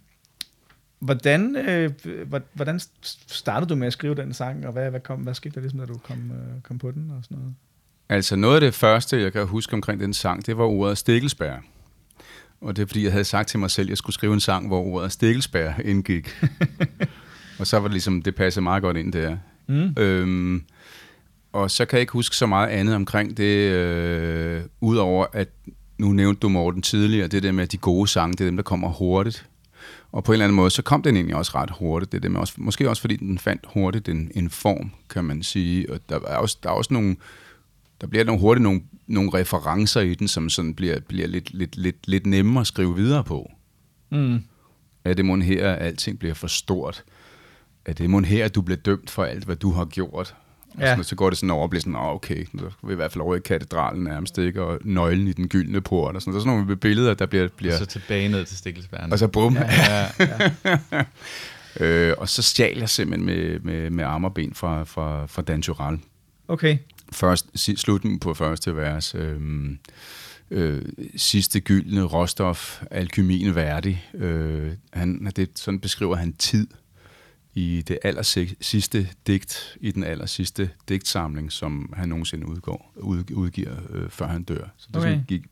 hvordan, øh, hvordan startede du med at skrive den sang, og hvad, hvad, kom, hvad skete der ligesom, da du kom, øh, kom på den og sådan noget? Altså noget af det første, jeg kan huske omkring den sang, det var ordet stikkelsbær. Og det er fordi, jeg havde sagt til mig selv, at jeg skulle skrive en sang, hvor ordet stikkelsbær indgik. Og så var det ligesom, det passede meget godt ind der. Mm. Øhm, og så kan jeg ikke huske så meget andet omkring det, øh, udover at, nu nævnte du Morten tidligere, det der med de gode sange, det er dem, der kommer hurtigt. Og på en eller anden måde, så kom den egentlig også ret hurtigt. Det er dem også, måske også fordi den fandt hurtigt en, en form, kan man sige. Og der er også, der er også nogle, der bliver nogle hurtigt nogle, nogle referencer i den, som sådan bliver, bliver lidt, lidt, lidt, lidt nemmere at skrive videre på. Mm. Er det mon her, at alting bliver for stort? Er det mon her, at du bliver dømt for alt, hvad du har gjort? Og ja. Sådan, så går det sådan over og bliver sådan, oh, okay, så er vi i hvert fald over i katedralen nærmest, ikke? Og nøglen i den gyldne port. Og sådan. Der er sådan nogle billeder, der bliver... bliver... Og så tilbage ned til stikkelsbærene. Og så bum. Ja, ja, ja. øh, og så stjal jeg simpelthen med, med, med arme og ben fra, fra, fra Dan Turèll. Okay. Først, slutningen på første vers. Øh, øh, sidste gyldne råstof, alkymien værdig. Øh, han, det, sådan beskriver han tid i det aller sidste digt, i den aller sidste digtsamling, som han nogensinde udgår, ud, udgiver, øh, før han dør. Så det okay. sådan gik.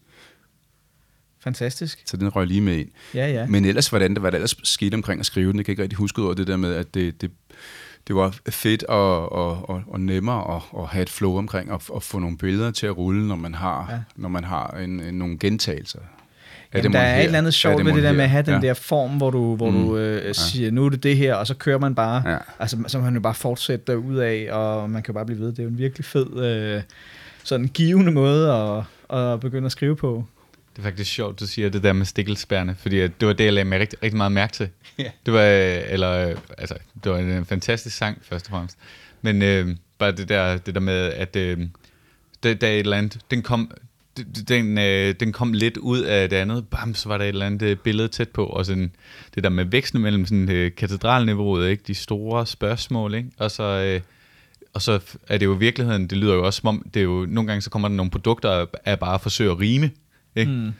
Fantastisk. Så den røg lige med ind. Ja, ja. Men ellers, hvordan, hvad der ellers skete omkring at skrive den, det kan jeg ikke rigtig huske ud over det der med, at det, det, det var fedt og, og, og, og nemmere at, at have et flow omkring, og at få nogle billeder til at rulle, når man har, ja. når man har en, en, nogle gentagelser. Jamen, der er et eller andet sjovt ved det der med at have den ja. der form, hvor du, hvor mm. du øh, siger, nu er det det her, og så kører man bare. Ja. Altså, så kan man jo bare fortsætte derud af, og man kan bare blive ved. Det er jo en virkelig fed, øh, sådan givende måde at, at begynde at skrive på. Det er faktisk sjovt, du siger det der med stikkelsbærne, fordi det var det, jeg lagde mig rigtig, rigtig meget mærke til. Ja. Det var, eller, altså, det var en fantastisk sang, først og fremmest. Men øh, bare det der, det der med, at øh, det, der er et eller andet, den kom... Den, øh, den kom lidt ud af det andet. Bam, så var der et eller andet billede tæt på. Og sådan, det der med væksten mellem sådan, øh, katedralniveauet, ikke? De store spørgsmål. Ikke? Og, så, øh, og så er det jo i virkeligheden, det lyder jo også som om, det er jo, nogle gange så kommer der nogle produkter af bare at forsøge at rime. Ikke? Mm.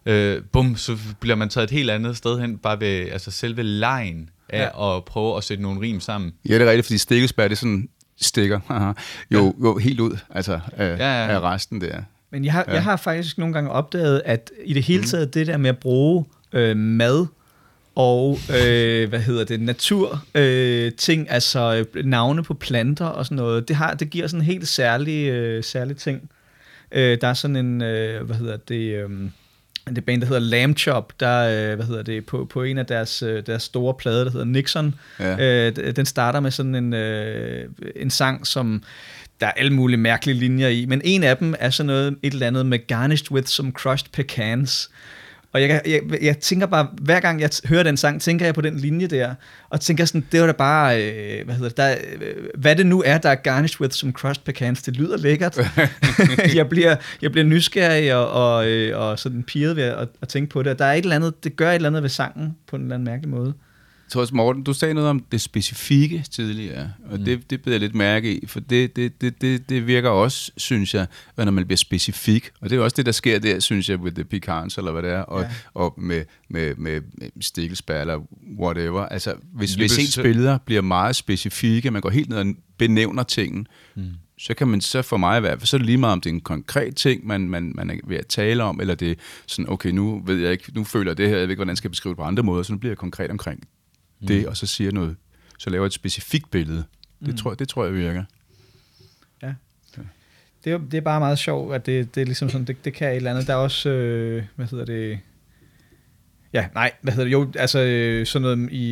øh, bum, så bliver man taget et helt andet sted hen, bare ved altså selve lejen af ja. at prøve at sætte nogle rim sammen. Ja, det er rigtigt, fordi stikkelsbær, det er sådan stikker jo, ja. jo helt ud altså, af, ja, ja. af resten der. Men jeg har, ja. jeg har faktisk nogle gange opdaget, at i det hele taget, mm. det der med at bruge øh, mad og, øh, hvad hedder det, natur øh, ting, altså øh, navne på planter og sådan noget, det, har, det giver sådan en helt særlig, øh, særlig ting. Øh, der er sådan en, øh, hvad hedder det, øh, det band, der hedder Lamb Chop, der, øh, hvad hedder det, på, på en af deres, øh, deres store plader, der hedder Nixon. Ja. Øh, den starter med sådan en, øh, en sang, som der er alle mulige mærkelige linjer i, men en af dem er sådan noget, et eller andet med garnished with some crushed pecans. Og jeg, jeg, jeg tænker bare, hver gang jeg hører den sang, tænker jeg på den linje der, og tænker sådan, det var da bare, øh, hvad hedder det, der, øh, hvad det nu er, der er garnished with some crushed pecans, det lyder lækkert. jeg, bliver, jeg bliver nysgerrig og, og, øh, og sådan pirret ved at, at tænke på det. Der er et eller andet, det gør et eller andet ved sangen, på en eller anden mærkelig måde. Thomas Morten, du sagde noget om det specifikke tidligere, og mm. det, det beder jeg lidt mærke i, for det, det, det, det, det virker også, synes jeg, når man bliver specifik, og det er også det, der sker der, synes jeg, med the pecans, eller hvad det er, og, ja. og med, med, med, med stikkelsbær, eller whatever. Altså, hvis, hvis ens billeder bliver meget specifikke, man går helt ned og benævner tingen, mm. så kan man så for mig i hvert fald, så er det lige meget, om det er en konkret ting, man, man, man er ved at tale om, eller det er sådan, okay, nu ved jeg ikke, nu føler jeg det her, jeg ved ikke, hvordan jeg skal beskrive det på andre måder, så nu bliver jeg konkret omkring det, mm. og så siger noget, så laver et specifikt billede. Det, mm. tror, det tror jeg virker. Ja. ja. Det, er, det er bare meget sjovt, at det, det er ligesom sådan, det, det kan et eller andet. Der er også, øh, hvad hedder det, ja, nej, hvad hedder det, jo, altså øh, sådan noget i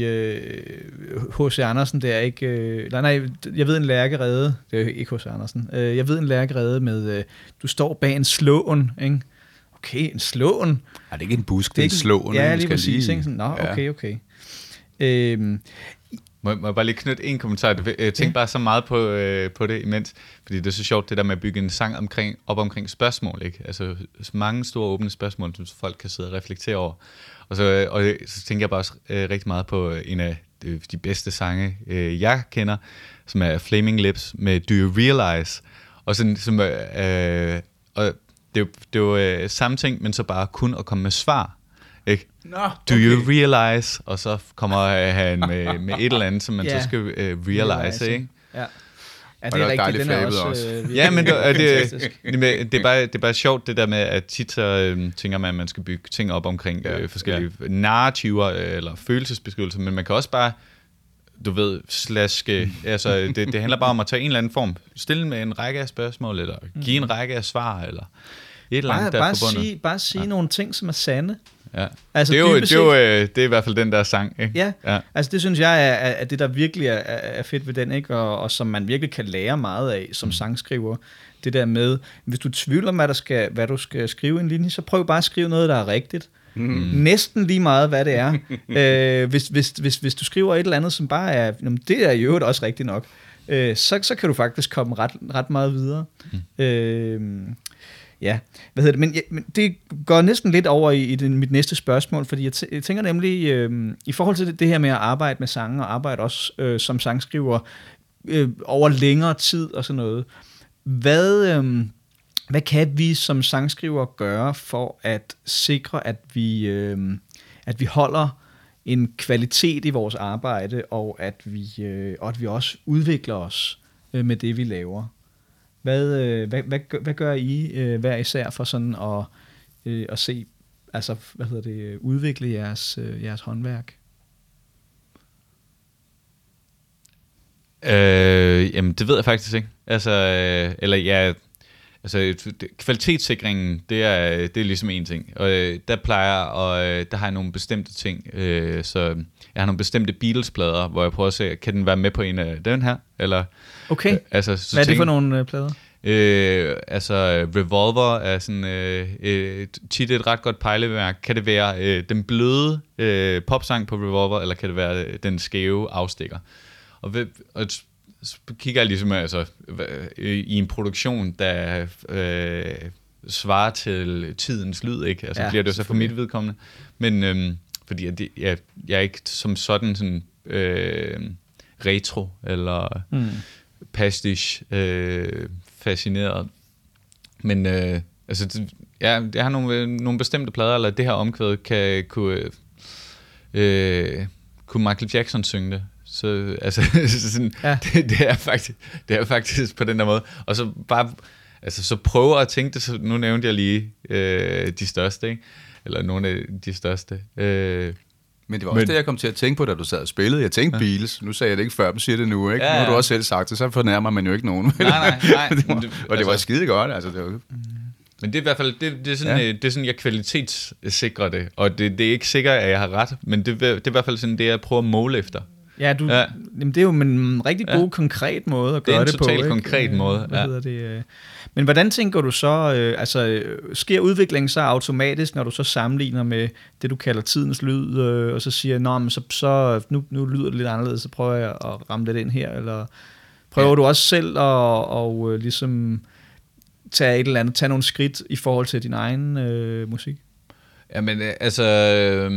H C. Øh, Andersen, det er ikke, øh, nej, nej, jeg ved en lærkerede, det er ikke H C. Andersen, øh, jeg ved en lærkerede med, øh, du står bag en slåen, ikke? Okay, en slåen. Er det ikke en busk, det er en slåen? Ja, lige præcis, ikke? Nå, okay, okay. Øhm, må, må jeg bare lige knytte en kommentar? Jeg tænkte ja. bare så meget på, øh, på det imens, fordi det er så sjovt, det der med at bygge en sang omkring, op omkring spørgsmål, ikke? Altså mange store åbne spørgsmål, som folk kan sidde og reflektere over. Og så, og så tænker jeg bare også øh, rigtig meget på en af de, de bedste sange, øh, jeg kender, som er Flaming Lips med Do You Realize? Og sådan, som, øh, og det er jo, det er jo øh, samme ting, men så bare kun at komme med svar. Ikke? No, Do okay. you realize? Og så kommer han med, med et eller andet, som man yeah. så skal uh, realize, ikke? Ja. Ja, det er rigtigt, den er også, også. Øh, ja, men det, det, det, det, er bare, det er bare sjovt, det der med, at tit så øh, tænker man, at man skal bygge ting op omkring ja, øh, forskellige ja. narrativer øh, eller følelsesbeskrivelser, men man kan også bare, du ved, slaske, altså det, det handler bare om at tage en eller anden form, stille med en række af spørgsmål, eller give en række af svar, eller et eller andet, bare, der er bare forbundet. Sige, bare sige ja. nogle ting, som er sande. Ja. Altså, det, er jo, det, er jo, øh, det er i hvert fald den der sang, ikke? Ja, ja. Altså det synes jeg er, er det, der virkelig er, er fedt ved den, ikke? Og, og som man virkelig kan lære meget af som mm. sangskriver. Det der med, hvis du tvivler om, hvad, der skal, hvad du skal skrive i en linje, så prøv bare at skrive noget, der er rigtigt. Mm. Næsten lige meget, hvad det er. øh, hvis, hvis, hvis, hvis du skriver et eller andet, som bare er, jamen, det er i øvrigt også rigtigt nok, øh, så, så kan du faktisk komme ret, ret meget videre. Mm. Øh, Ja, hvad hedder det? Men, ja, men det går næsten lidt over i, i det, mit næste spørgsmål, fordi jeg, t- jeg tænker nemlig, øh, i forhold til det, det her med at arbejde med sange, og arbejde også øh, som sangskriver øh, over længere tid og sådan noget. Hvad, øh, hvad kan vi som sangskriver gøre for at sikre, at vi, øh, at vi holder en kvalitet i vores arbejde, og at vi, øh, og at vi også udvikler os øh, med det, vi laver? Hvad, øh, hvad, hvad, hvad gør I øh, hver især for sådan at, øh, at se, altså, hvad hedder det, udvikle jeres, øh, jeres håndværk? Øh, jamen, det ved jeg faktisk ikke. Altså, øh, eller ja, altså, kvalitetssikringen, det er, det er ligesom en ting. Og øh, der plejer, og øh, der har jeg nogle bestemte ting. Øh, så jeg har nogle bestemte Beatles-plader, hvor jeg prøver at se, kan den være med på en af den her? Eller, okay. Øh, altså, så hvad er det tænk, for nogle øh, plader? Øh, altså, Revolver er sådan øh, øh, tit et ret godt pejlemærke. Kan det være øh, den bløde øh, popsang på Revolver, eller kan det være øh, den skæve afstikker? Og, ved, og så kigger jeg ligesom altså, i en produktion, der øh, svarer til tidens lyd, ikke? Altså ja, bliver det jo så for mit vedkommende. Men øh, fordi jeg, jeg, jeg er ikke som sådan, sådan øh, retro, eller mm. pastiche øh, fascineret. Men øh, altså, ja, jeg har nogle, nogle bestemte plader, eller det her omkvæd kan kunne, øh, kunne Michael Jackson synge det. Så altså, sådan, Ja. det, det, er faktisk, det er faktisk på den der måde. Og så bare, altså, så prøve at tænke det, så nu nævnte jeg lige øh, de største, ikke? Eller nogle af de største. Øh, Men det var også Men- det, jeg kom til at tænke på, da du sad og spillede. Jeg tænkte ja. Beatles. Nu sagde jeg det ikke før, men siger det nu, ikke? Ja, Nu har du ja. også selv sagt det, så fornærmer man jo ikke nogen. nej, nej, nej. det var, men det- og det var altså- skide godt, altså. Det var, Men det er i hvert fald, det, det er sådan, Ja. ja. det er sådan, jeg kvalitetssikrer det. Og det, det er ikke sikkert, at jeg har ret, men det, det er i hvert fald sådan, det jeg prøver at måle efter. Ja, du, Ja. ja. Jamen, det er jo en rigtig god, Ja. ja. konkret måde at Det er gøre en det, på. totalt ikke? konkret Øh, måde, Hvad ja. hedder det? øh? Men hvordan tænker du så, øh, altså øh, sker udviklingen så automatisk, når du så sammenligner med det, du kalder tidens lyd, øh, og så siger, nå, men så, så nu, nu lyder det lidt anderledes, så prøver jeg at ramme det ind her, eller prøver Ja. ja. du også selv at og, øh, ligesom tage et eller andet, tage nogle skridt i forhold til din egen øh, musik? Jamen, øh, altså, øh,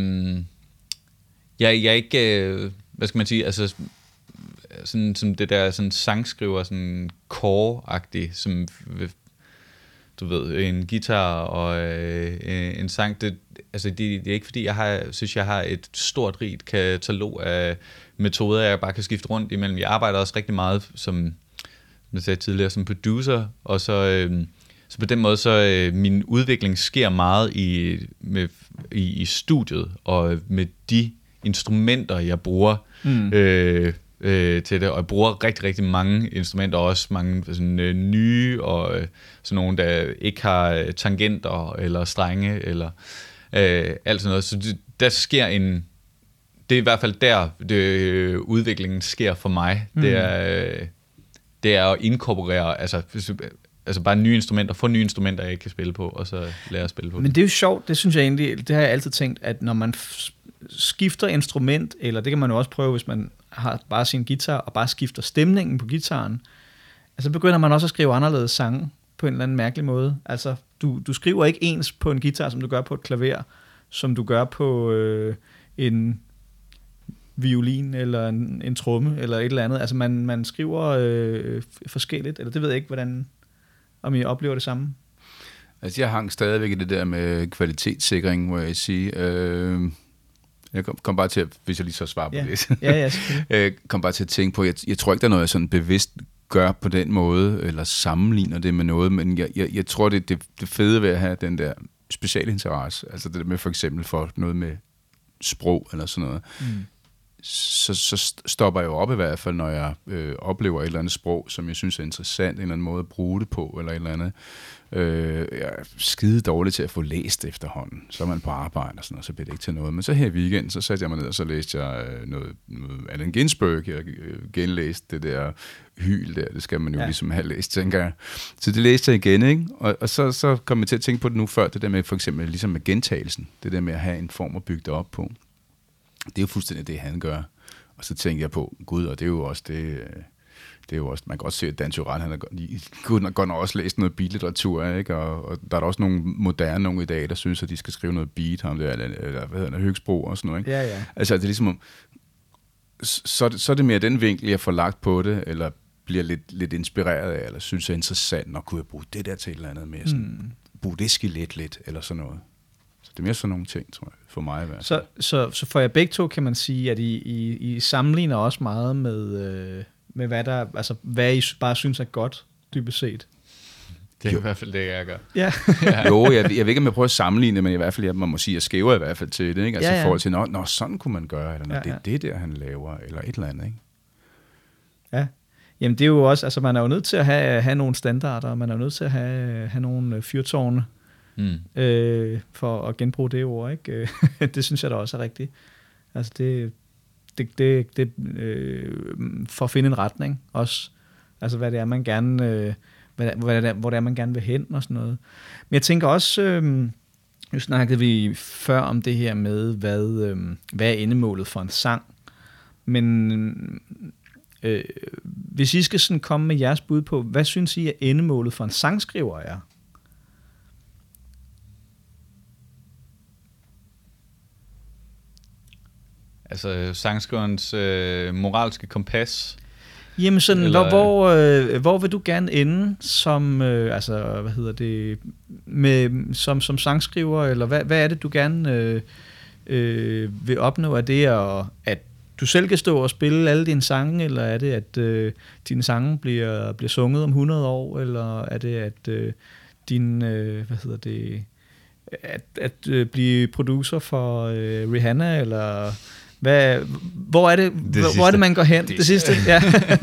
jeg, jeg er ikke, øh, hvad skal man sige, altså, sådan, som det der sådan sangskriver, sådan core-agtigt, som, øh, du ved, en guitar og øh, en sang, det, altså, det, det er ikke fordi, jeg har, synes, jeg har et stort, rigt katalog af metoder, jeg bare kan skifte rundt imellem. Jeg arbejder også rigtig meget, som jeg sagde tidligere, som producer, og så... Øh, Så på den måde, så øh, min udvikling sker meget i, med, i, i studiet, og med de instrumenter, jeg bruger mm. øh, øh, til det. Og jeg bruger rigtig, rigtig mange instrumenter, også mange sådan, øh, nye, og øh, sådan nogle, der ikke har tangenter, eller strenge, eller øh, alt sådan noget. Så det, der sker en... Det er i hvert fald der, det, øh, udviklingen sker for mig. Mm. Det, er, øh, det er at inkorporere... Altså, Altså bare nye instrumenter, få nye instrumenter, jeg ikke kan spille på, og så lære at spille på. Men det er jo sjovt, det synes jeg egentlig, det har jeg altid tænkt, at når man f- skifter instrument, eller det kan man jo også prøve, hvis man har bare sin guitar, og bare skifter stemningen på guitaren, altså begynder man også at skrive anderledes sange, på en eller anden mærkelig måde. Altså, du, du skriver ikke ens på en guitar, som du gør på et klaver, som du gør på øh, en violin, eller en, en tromme, eller et eller andet. Altså, man, man skriver øh, forskelligt, eller det ved jeg ikke, hvordan... Om I oplever det samme? Altså, jeg hang stadigvæk i det der med kvalitetssikring, må jeg sige. Øh, jeg kom, kom bare til at, hvis jeg lige så svarer på Ja. det, Ja, ja, selvfølgelig. jeg kom bare til at tænke på, jeg, jeg tror ikke, der er noget, jeg sådan bevidst gør på den måde, eller sammenligner det med noget, men jeg, jeg, jeg tror, det er det, det fede ved at have den der specialinteresse, altså det der med for eksempel for noget med sprog, eller sådan noget, mm. så, så stopper jeg jo op i hvert fald, når jeg øh, oplever et eller andet sprog, som jeg synes er interessant, en eller anden måde at bruge det på, eller et eller andet. Øh, jeg er skide dårlig til at få læst efterhånden. Så er man på arbejde og sådan noget, så bliver det ikke til noget. Men så her i weekenden, så satte jeg mig ned, og så læste jeg øh, noget, noget Allen Ginsberg. Jeg øh, genlæste det der hyl der, det skal man jo ja. ligesom have læst, tænker jeg. Så det læste jeg igen, ikke? Og, og så, så kom jeg til at tænke på det nu før, det der med for eksempel ligesom med gentagelsen, det der med at have en form at bygge det op på. Det er jo fuldstændig det, han gør. Og så tænkte jeg på, gud, og det er jo også det, det er jo også, man kan godt se, at Dan Turell, han har godt, godt nok også læst noget beat-litteratur, ikke? Og, og der er der også nogle moderne nogle i dag, der synes, at de skal skrive noget beat, ham der, eller, eller hvad hedder det, Høgsbro og sådan noget, ikke? Ja, ja. Altså, det er ligesom, så, så er det mere den vinkel, jeg får lagt på det, eller bliver lidt, lidt inspireret af, eller synes er interessant, når kunne jeg bruge det der til et eller andet mere, sådan, mm. bruge det skelet lidt, eller sådan noget. Så det er mere sådan nogle ting, tror jeg, for mig i hvert fald. Så, så, så for jer begge to kan man sige, at I, I, I sammenligner også meget med, øh, med hvad, der, altså, hvad I bare synes er godt, dybest set. Det er jo i hvert fald det, jeg gør. Ja. Jo, jeg, jeg ved ikke, om jeg prøver at sammenligne, men i hvert fald, jeg, man må sige, jeg skæver i hvert fald til det, ikke? Altså Ja, ja. i forhold til, nå, nå, sådan kunne man gøre, eller nå, Ja, det ja. er det der, han laver, eller et eller andet, ikke? Ja. Jamen det er jo også, altså man er jo nødt til at have, have nogle standarder, man er jo nødt til at have, have nogle fyrtårne, Mm. øh, for at genbruge det ord, ikke? Det synes jeg da også er rigtigt. Altså det, det, det, det øh, for at finde en retning også. Altså hvad det er, man gerne, øh, hvad, hvad det er, hvor det er, man gerne vil hen og sådan noget. Men jeg tænker også, øh, nu snakkede vi før om det her med, hvad, øh, hvad er endemålet for en sang. Men øh, hvis I skal sådan komme med jeres bud på, hvad synes I er endemålet for en sangskriver er? Altså sangskriverens øh, moralske kompas. Jamen sådan, Eller- hvor, hvor, øh, hvor vil du gerne ende som, øh, altså, hvad hedder det, med, som, som sangskriver, eller hvad, hvad er det, du gerne øh, øh, vil opnå? Er det, at, at du selv kan stå og spille alle dine sange, eller er det, at øh, dine sange bliver, bliver sunget om hundrede år, eller er det, at øh, din, øh, hvad hedder det, at, at øh, blive producer for øh, Rihanna, eller hvad, hvor er det, det hvor, hvor er det, man går hen? Det, det sidste, ja.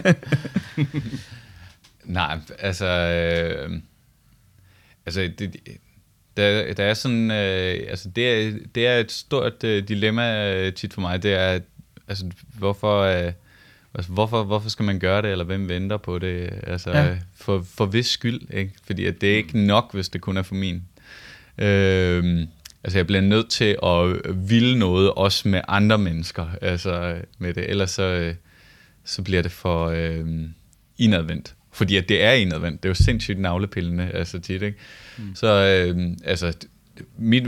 Nej, altså... Øh, altså, det, der, der er sådan... Øh, altså, det er, det er et stort øh, dilemma øh, tit for mig. Det er, at, altså, hvorfor... Øh, altså, hvorfor, hvorfor skal man gøre det, eller hvem venter på det? Altså, Ja. ja. for, for hvis skyld, ikke? Fordi at det er ikke nok, hvis det kun er for min. Øh, altså, jeg bliver nødt til at ville noget, også med andre mennesker. Altså, med det. Ellers så, øh, så bliver det for... Øh, indadvendt. Fordi at det er indadvendt. Det er jo sindssygt navlepillende, altså tit, ikke? Mm. Så, øh, altså, mit,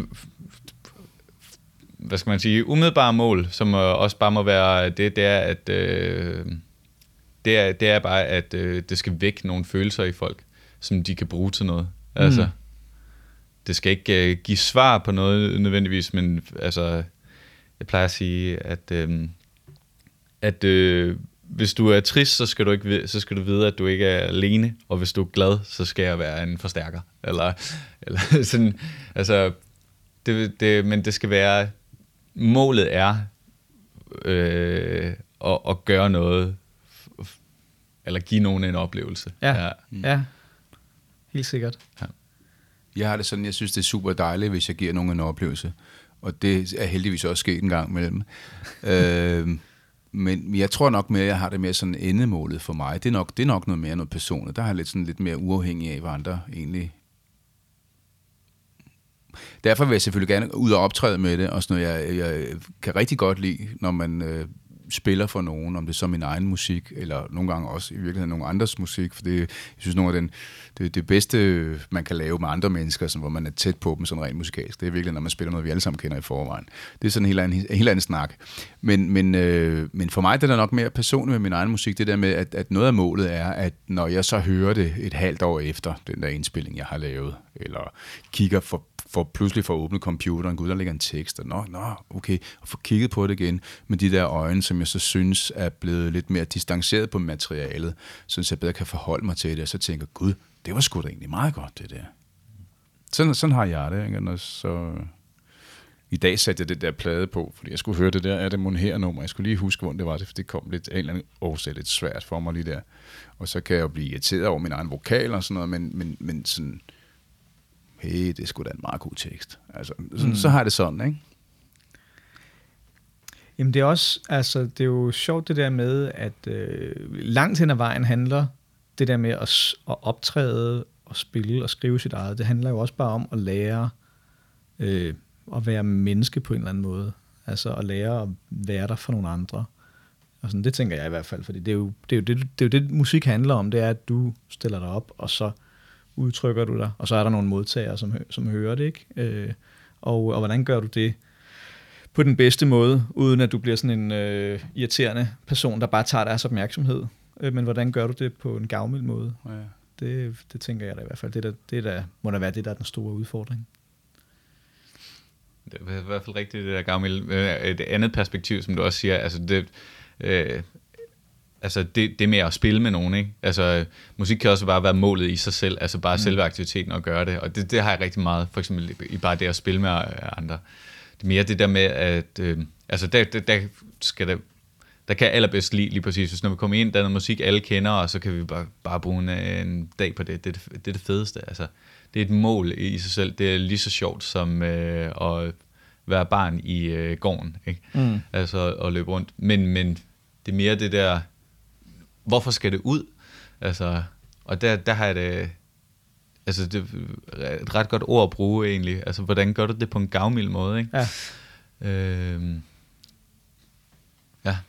hvad skal man sige, umiddelbare mål, som også bare må være det, det er, at øh, det, er, det er bare, at øh, det skal vække nogle følelser i folk, som de kan bruge til noget. Mm. Altså, det skal ikke øh, give svar på noget nødvendigvis, men altså, jeg plejer at sige, at, øh, at øh, hvis du er trist, så skal du ikke vide, så skal du vide, at du ikke er alene, og hvis du er glad, så skal jeg være en forstærker, eller, eller sådan, altså, det, det, men det skal være, målet er øh, at, at gøre noget, eller give nogen en oplevelse. Ja, ja. ja. Helt sikkert. Ja. Jeg har det sådan, jeg synes, det er super dejligt, hvis jeg giver nogen en oplevelse, og det er heldigvis også sket en gang imellem. øh, Men jeg tror nok mere, at jeg har det mere sådan endemålet for mig. Det er nok, det er nok noget mere noget personligt. Der har jeg lidt, sådan lidt mere uafhængig af, hvad andre egentlig... Derfor vil jeg selvfølgelig gerne ud og optræde med det, og sådan noget. Jeg, jeg kan rigtig godt lide, når man øh, spiller for nogen, om det er så min egen musik, eller nogle gange også i virkeligheden nogle andres musik, for det, jeg synes, nogle af den, det, det bedste, man kan lave med andre mennesker, sådan, hvor man er tæt på dem sådan rent musikalsk, det er virkelig, når man spiller noget, vi alle sammen kender i forvejen. Det er sådan en helt anden, en helt anden snak. Men, men, øh, men for mig det er der nok mere personligt med min egen musik, det der med, at, at noget af målet er, at når jeg så hører det et halvt år efter den der indspilling, jeg har lavet, eller kigger for for pludselig for at åbne computeren, gud, der ligger en tekst, og nå, nå, okay, og få kigget på det igen med de der øjne, som jeg så synes er blevet lidt mere distanceret på materialet, så jeg bedre kan forholde mig til det, og så tænker, gud, det var sgu da egentlig meget godt, det der. Sådan, sådan har jeg det, ikke? Og så... I dag satte jeg det der plade på, fordi jeg skulle høre det der, er det mon her nummer, jeg skulle lige huske, hvor det var, for det kom lidt, en eller anden årsag lidt svært for mig lige der, og så kan jeg jo blive irriteret over min egen vokal og sådan noget, men, men, men sådan... hey, det er sgu da en meget god tekst. Altså, så, mm. så har jeg det sådan, ikke? Jamen det er også, altså det er jo sjovt det der med, at øh, langt hen ad vejen handler det der med at, at optræde og spille og skrive sit eget, det handler jo også bare om at lære øh, at være menneske på en eller anden måde. Altså at lære at være der for nogle andre. Og sådan, det tænker jeg i hvert fald, fordi det er jo det, er jo det, det, er jo det musik handler om, det er, at du stiller dig op, og så udtrykker du dig, og så er der nogle modtagere, som, som hører det, ikke? Øh, og, og hvordan gør du det på den bedste måde, uden at du bliver sådan en øh, irriterende person, der bare tager deres opmærksomhed? Øh, men hvordan gør du det på en gavmild måde? Ja. Det, det tænker jeg da i hvert fald. Det, der, det der, må da være det, der er den store udfordring. Det er i hvert fald rigtigt, det der gavmild. Et andet perspektiv, som du også siger, altså det... Øh, Altså det, det med at spille med nogen, ikke? Altså musik kan også bare være målet i sig selv, altså bare mm. selve aktiviteten at gøre det, og det, det har jeg rigtig meget, for eksempel i bare det at spille med andre. Det er mere det der med, at øh, altså der, der, der skal der, der kan jeg allerbedst lide lige præcis, hvis når vi kommer ind, der er noget musik, alle kender, og så kan vi bare, bare bruge en, en dag på det. Det er det, det er det fedeste, altså det er et mål i sig selv, det er lige så sjovt som øh, at være barn i øh, gården, ikke? Mm. Altså at løbe rundt, men, men det er mere det der, hvorfor skal det ud? Altså, og der, der har jeg det, altså det er et ret godt ord at bruge egentlig. Altså, hvordan gør du det på en gavmild måde, ikke? Ja. Øhm, ja.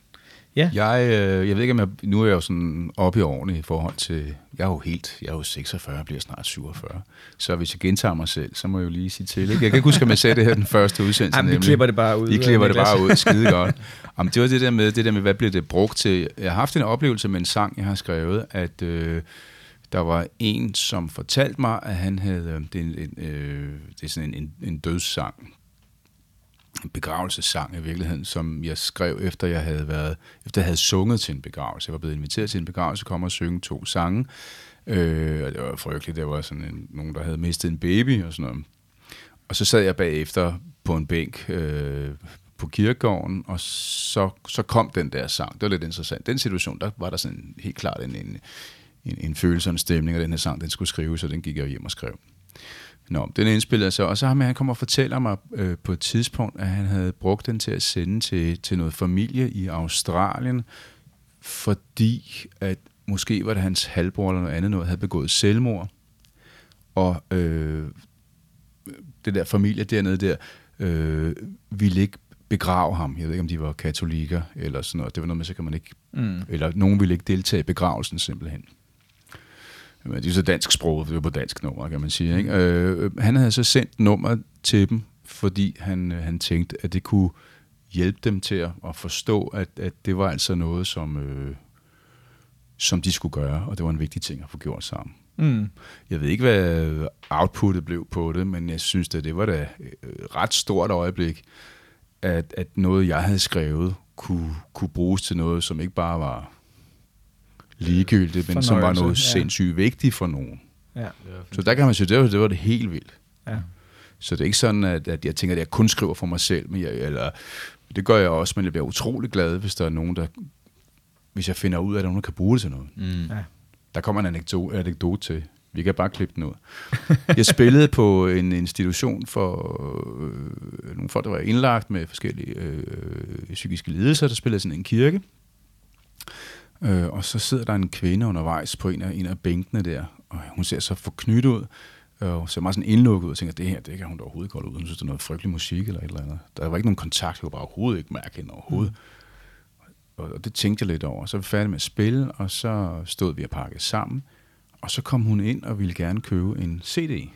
Ja. Jeg, øh, jeg ved ikke, om jeg, nu er jeg jo sådan oppe i årene i forhold til, jeg er jo helt, jeg er jo seksogfyrre, bliver snart syvogfyrre, så hvis jeg gentager mig selv, så må jeg jo lige sige til. Ikke? Jeg kan ikke huske, om jeg sagde det her den første udsendelse. Jamen, vi klipper det bare ud. Vi klipper det bare ud, skide godt. Jamen, det var det der med, det der med, hvad bliver det brugt til? Jeg har haft en oplevelse med en sang, jeg har skrevet, at øh, der var en, som fortalte mig, at han havde, det er, en, øh, det er sådan en, en, en dødssang, en begravelsessang i virkeligheden, som jeg skrev efter jeg havde været, efter jeg havde sunget til en begravelse. Jeg var blevet inviteret til en begravelse, kom og synge to sange. Øh, og det var frygteligt. Der var sådan en, nogen, der havde mistet en baby og sådan noget. Og så sad jeg bagefter på en bænk øh, på kirkegården, og så, så kom den der sang. Det var lidt interessant. Den situation, der var der sådan helt klart en, en, en, en følelse og en stemning, og den her sang, den skulle skrives, og den gik jeg hjem og skrev. Nå, den indspillede sig, og så har han kommer og fortæller mig øh, på et tidspunkt, at han havde brugt den til at sende til, til noget familie i Australien, fordi at måske var det hans halvbror eller noget andet noget, havde begået selvmord, og øh, det der familie dernede der, øh, ville ikke begrave ham. Jeg ved ikke, om de var katolikker eller sådan noget. Det var noget med, så kan man ikke, mm. eller nogen ville ikke deltage i begravelsen simpelthen. Det er så dansk sprog, det er på dansk nummer, kan man sige. Ikke? Øh, han havde så sendt nummer til dem, fordi han, han tænkte, at det kunne hjælpe dem til at, at forstå, at, at det var altså noget, som, øh, som de skulle gøre, og det var en vigtig ting at få gjort sammen. Mm. Jeg ved ikke, hvad outputtet blev på det, men jeg synes, at det var da et ret stort øjeblik, at, at noget, jeg havde skrevet, kunne, kunne bruges til noget, som ikke bare var ligegyldigt, men som var noget ja. sindssygt vigtigt for nogen. Ja. Så der kan man sige, det var det, var det helt vildt. Ja. Så det er ikke sådan, at, at jeg tænker, at jeg kun skriver for mig selv, men jeg, eller, det gør jeg også, men jeg bliver utrolig glad, hvis der er nogen, der, hvis jeg finder ud af, at nogen kan bruge det til noget. Mm. Ja. Der kommer en anekdote, anekdote til. Vi kan bare klippe den ud. Jeg spillede på en institution for øh, nogle folk, der var indlagt med forskellige øh, psykiske lidelser, der spillede sådan en kirke. Øh, og så sidder der en kvinde undervejs på en af, en af bænkene der, og hun ser så forknyttet ud, og ser meget sådan indlukket ud, og tænker, det her, det kan hun da overhovedet godt ud. Hun synes, det er noget frygtelig musik eller et eller andet. Der var ikke nogen kontakt, jeg kunne bare overhovedet ikke mærke hende overhovedet. Mm. Og, og det tænkte jeg lidt over. Så var vi færdige med at spille, og så stod vi og pakkede sammen, og så kom hun ind og ville gerne købe en C D.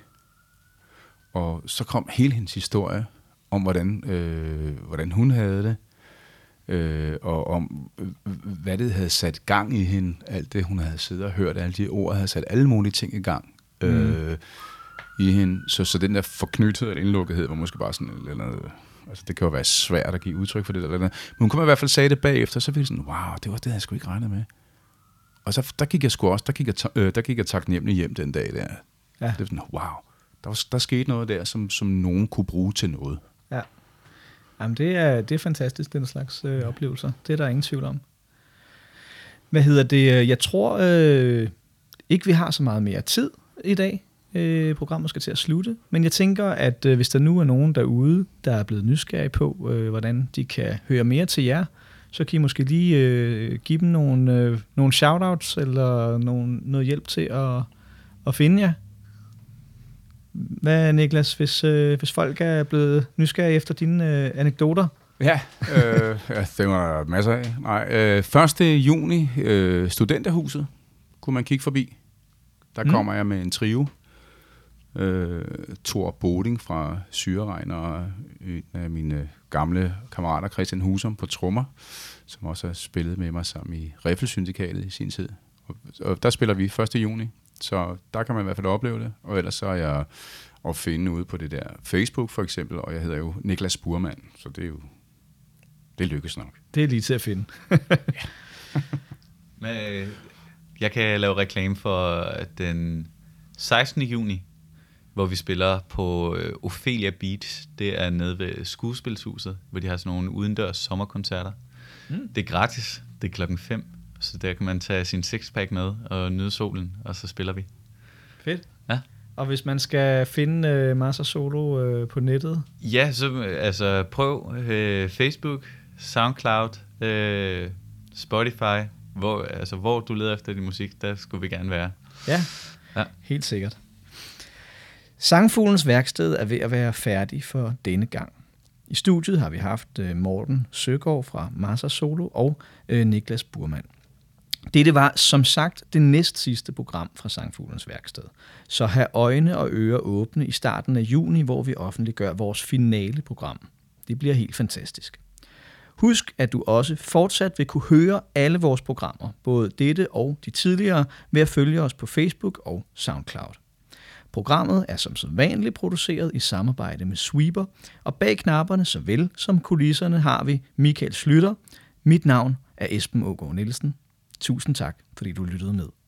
Og så kom hele hendes historie om, hvordan, øh, hvordan hun havde det, Øh, og om øh, hvad det havde sat gang i hende, alt det hun havde siddet og hørt, alle de ord havde sat alle mulige ting i gang øh, mm. i hende, så, så den der forknythed eller indlukkethed var måske bare sådan et eller andet, altså det kan jo være svært at give udtryk for det eller andet, men hun kunne i hvert fald sige det bagefter, så ville jeg sådan, wow, det var det, jeg sgu ikke regnet med. Og så der gik jeg sgu også, der gik jeg, øh, der gik jeg taknemmelig hjem den dag der. Ja. Det var sådan, wow, der, var, der skete noget der, som, som nogen kunne bruge til noget. Ja. Jamen, det er, det er fantastisk, den slags øh, oplevelser. Det er der ingen tvivl om. Hvad hedder det? Jeg tror øh, ikke, vi har så meget mere tid i dag. Øh, programmet skal til at slutte. Men jeg tænker, at øh, hvis der nu er nogen derude, der er blevet nysgerrige på, øh, hvordan de kan høre mere til jer, så kan I måske lige øh, give dem nogle, øh, nogle shoutouts eller nogle, noget hjælp til at, at finde jer. Hvad, Niklas, hvis, øh, hvis folk er blevet nysgerrige efter dine øh, anekdoter? Ja, øh, ja, det var masser af. Nej, øh, første juni, øh, Studenterhuset, kunne man kigge forbi. Der mm. kommer jeg med en trio. Øh, Thor Boding fra Syreregn og en af mine gamle kammerater, Christian Husum på trommer, som også har spillet med mig sammen i Riffel-syndikatet i sin tid. Og, og der spiller vi første juni. Så der kan man i hvert fald opleve det, og ellers så er jeg at finde ude på det der Facebook for eksempel, og jeg hedder jo Niklas Burmann, så det er jo, det lykkes nok. Det er lige til at finde. Men, jeg kan lave reklame for den sekstende juni, hvor vi spiller på Ophelia Beach. Det er nede ved Skuespilshuset, hvor de har sådan nogle udendørs sommerkoncerter. Mm. Det er gratis, det er klokken fem. Så der kan man tage sin sixpack med og nyde solen, og så spiller vi. Fedt. Ja. Og hvis man skal finde uh, Mars og Solo uh, på nettet? Ja, så altså prøv uh, Facebook, SoundCloud, uh, Spotify, hvor, altså, hvor du leder efter din musik, der skulle vi gerne være. Ja, ja. Helt sikkert. Sangfuglens værksted er ved at være færdig for denne gang. I studiet har vi haft øh, Morten Søgaard fra Massa Solo og øh, Niklas Burman. Dette var som sagt det næst sidste program fra Sangfuglens Værksted. Så have øjne og ører åbne i starten af juni, hvor vi offentliggør vores finale program. Det bliver helt fantastisk. Husk, at du også fortsat vil kunne høre alle vores programmer, både dette og de tidligere, ved at følge os på Facebook og SoundCloud. Programmet er som sædvanligt produceret i samarbejde med Sweeper, og bag knapperne såvel som kulisserne har vi Michael Slytter. Mit navn er Esben Aagaard Nielsen. Tusind tak, fordi du lyttede med.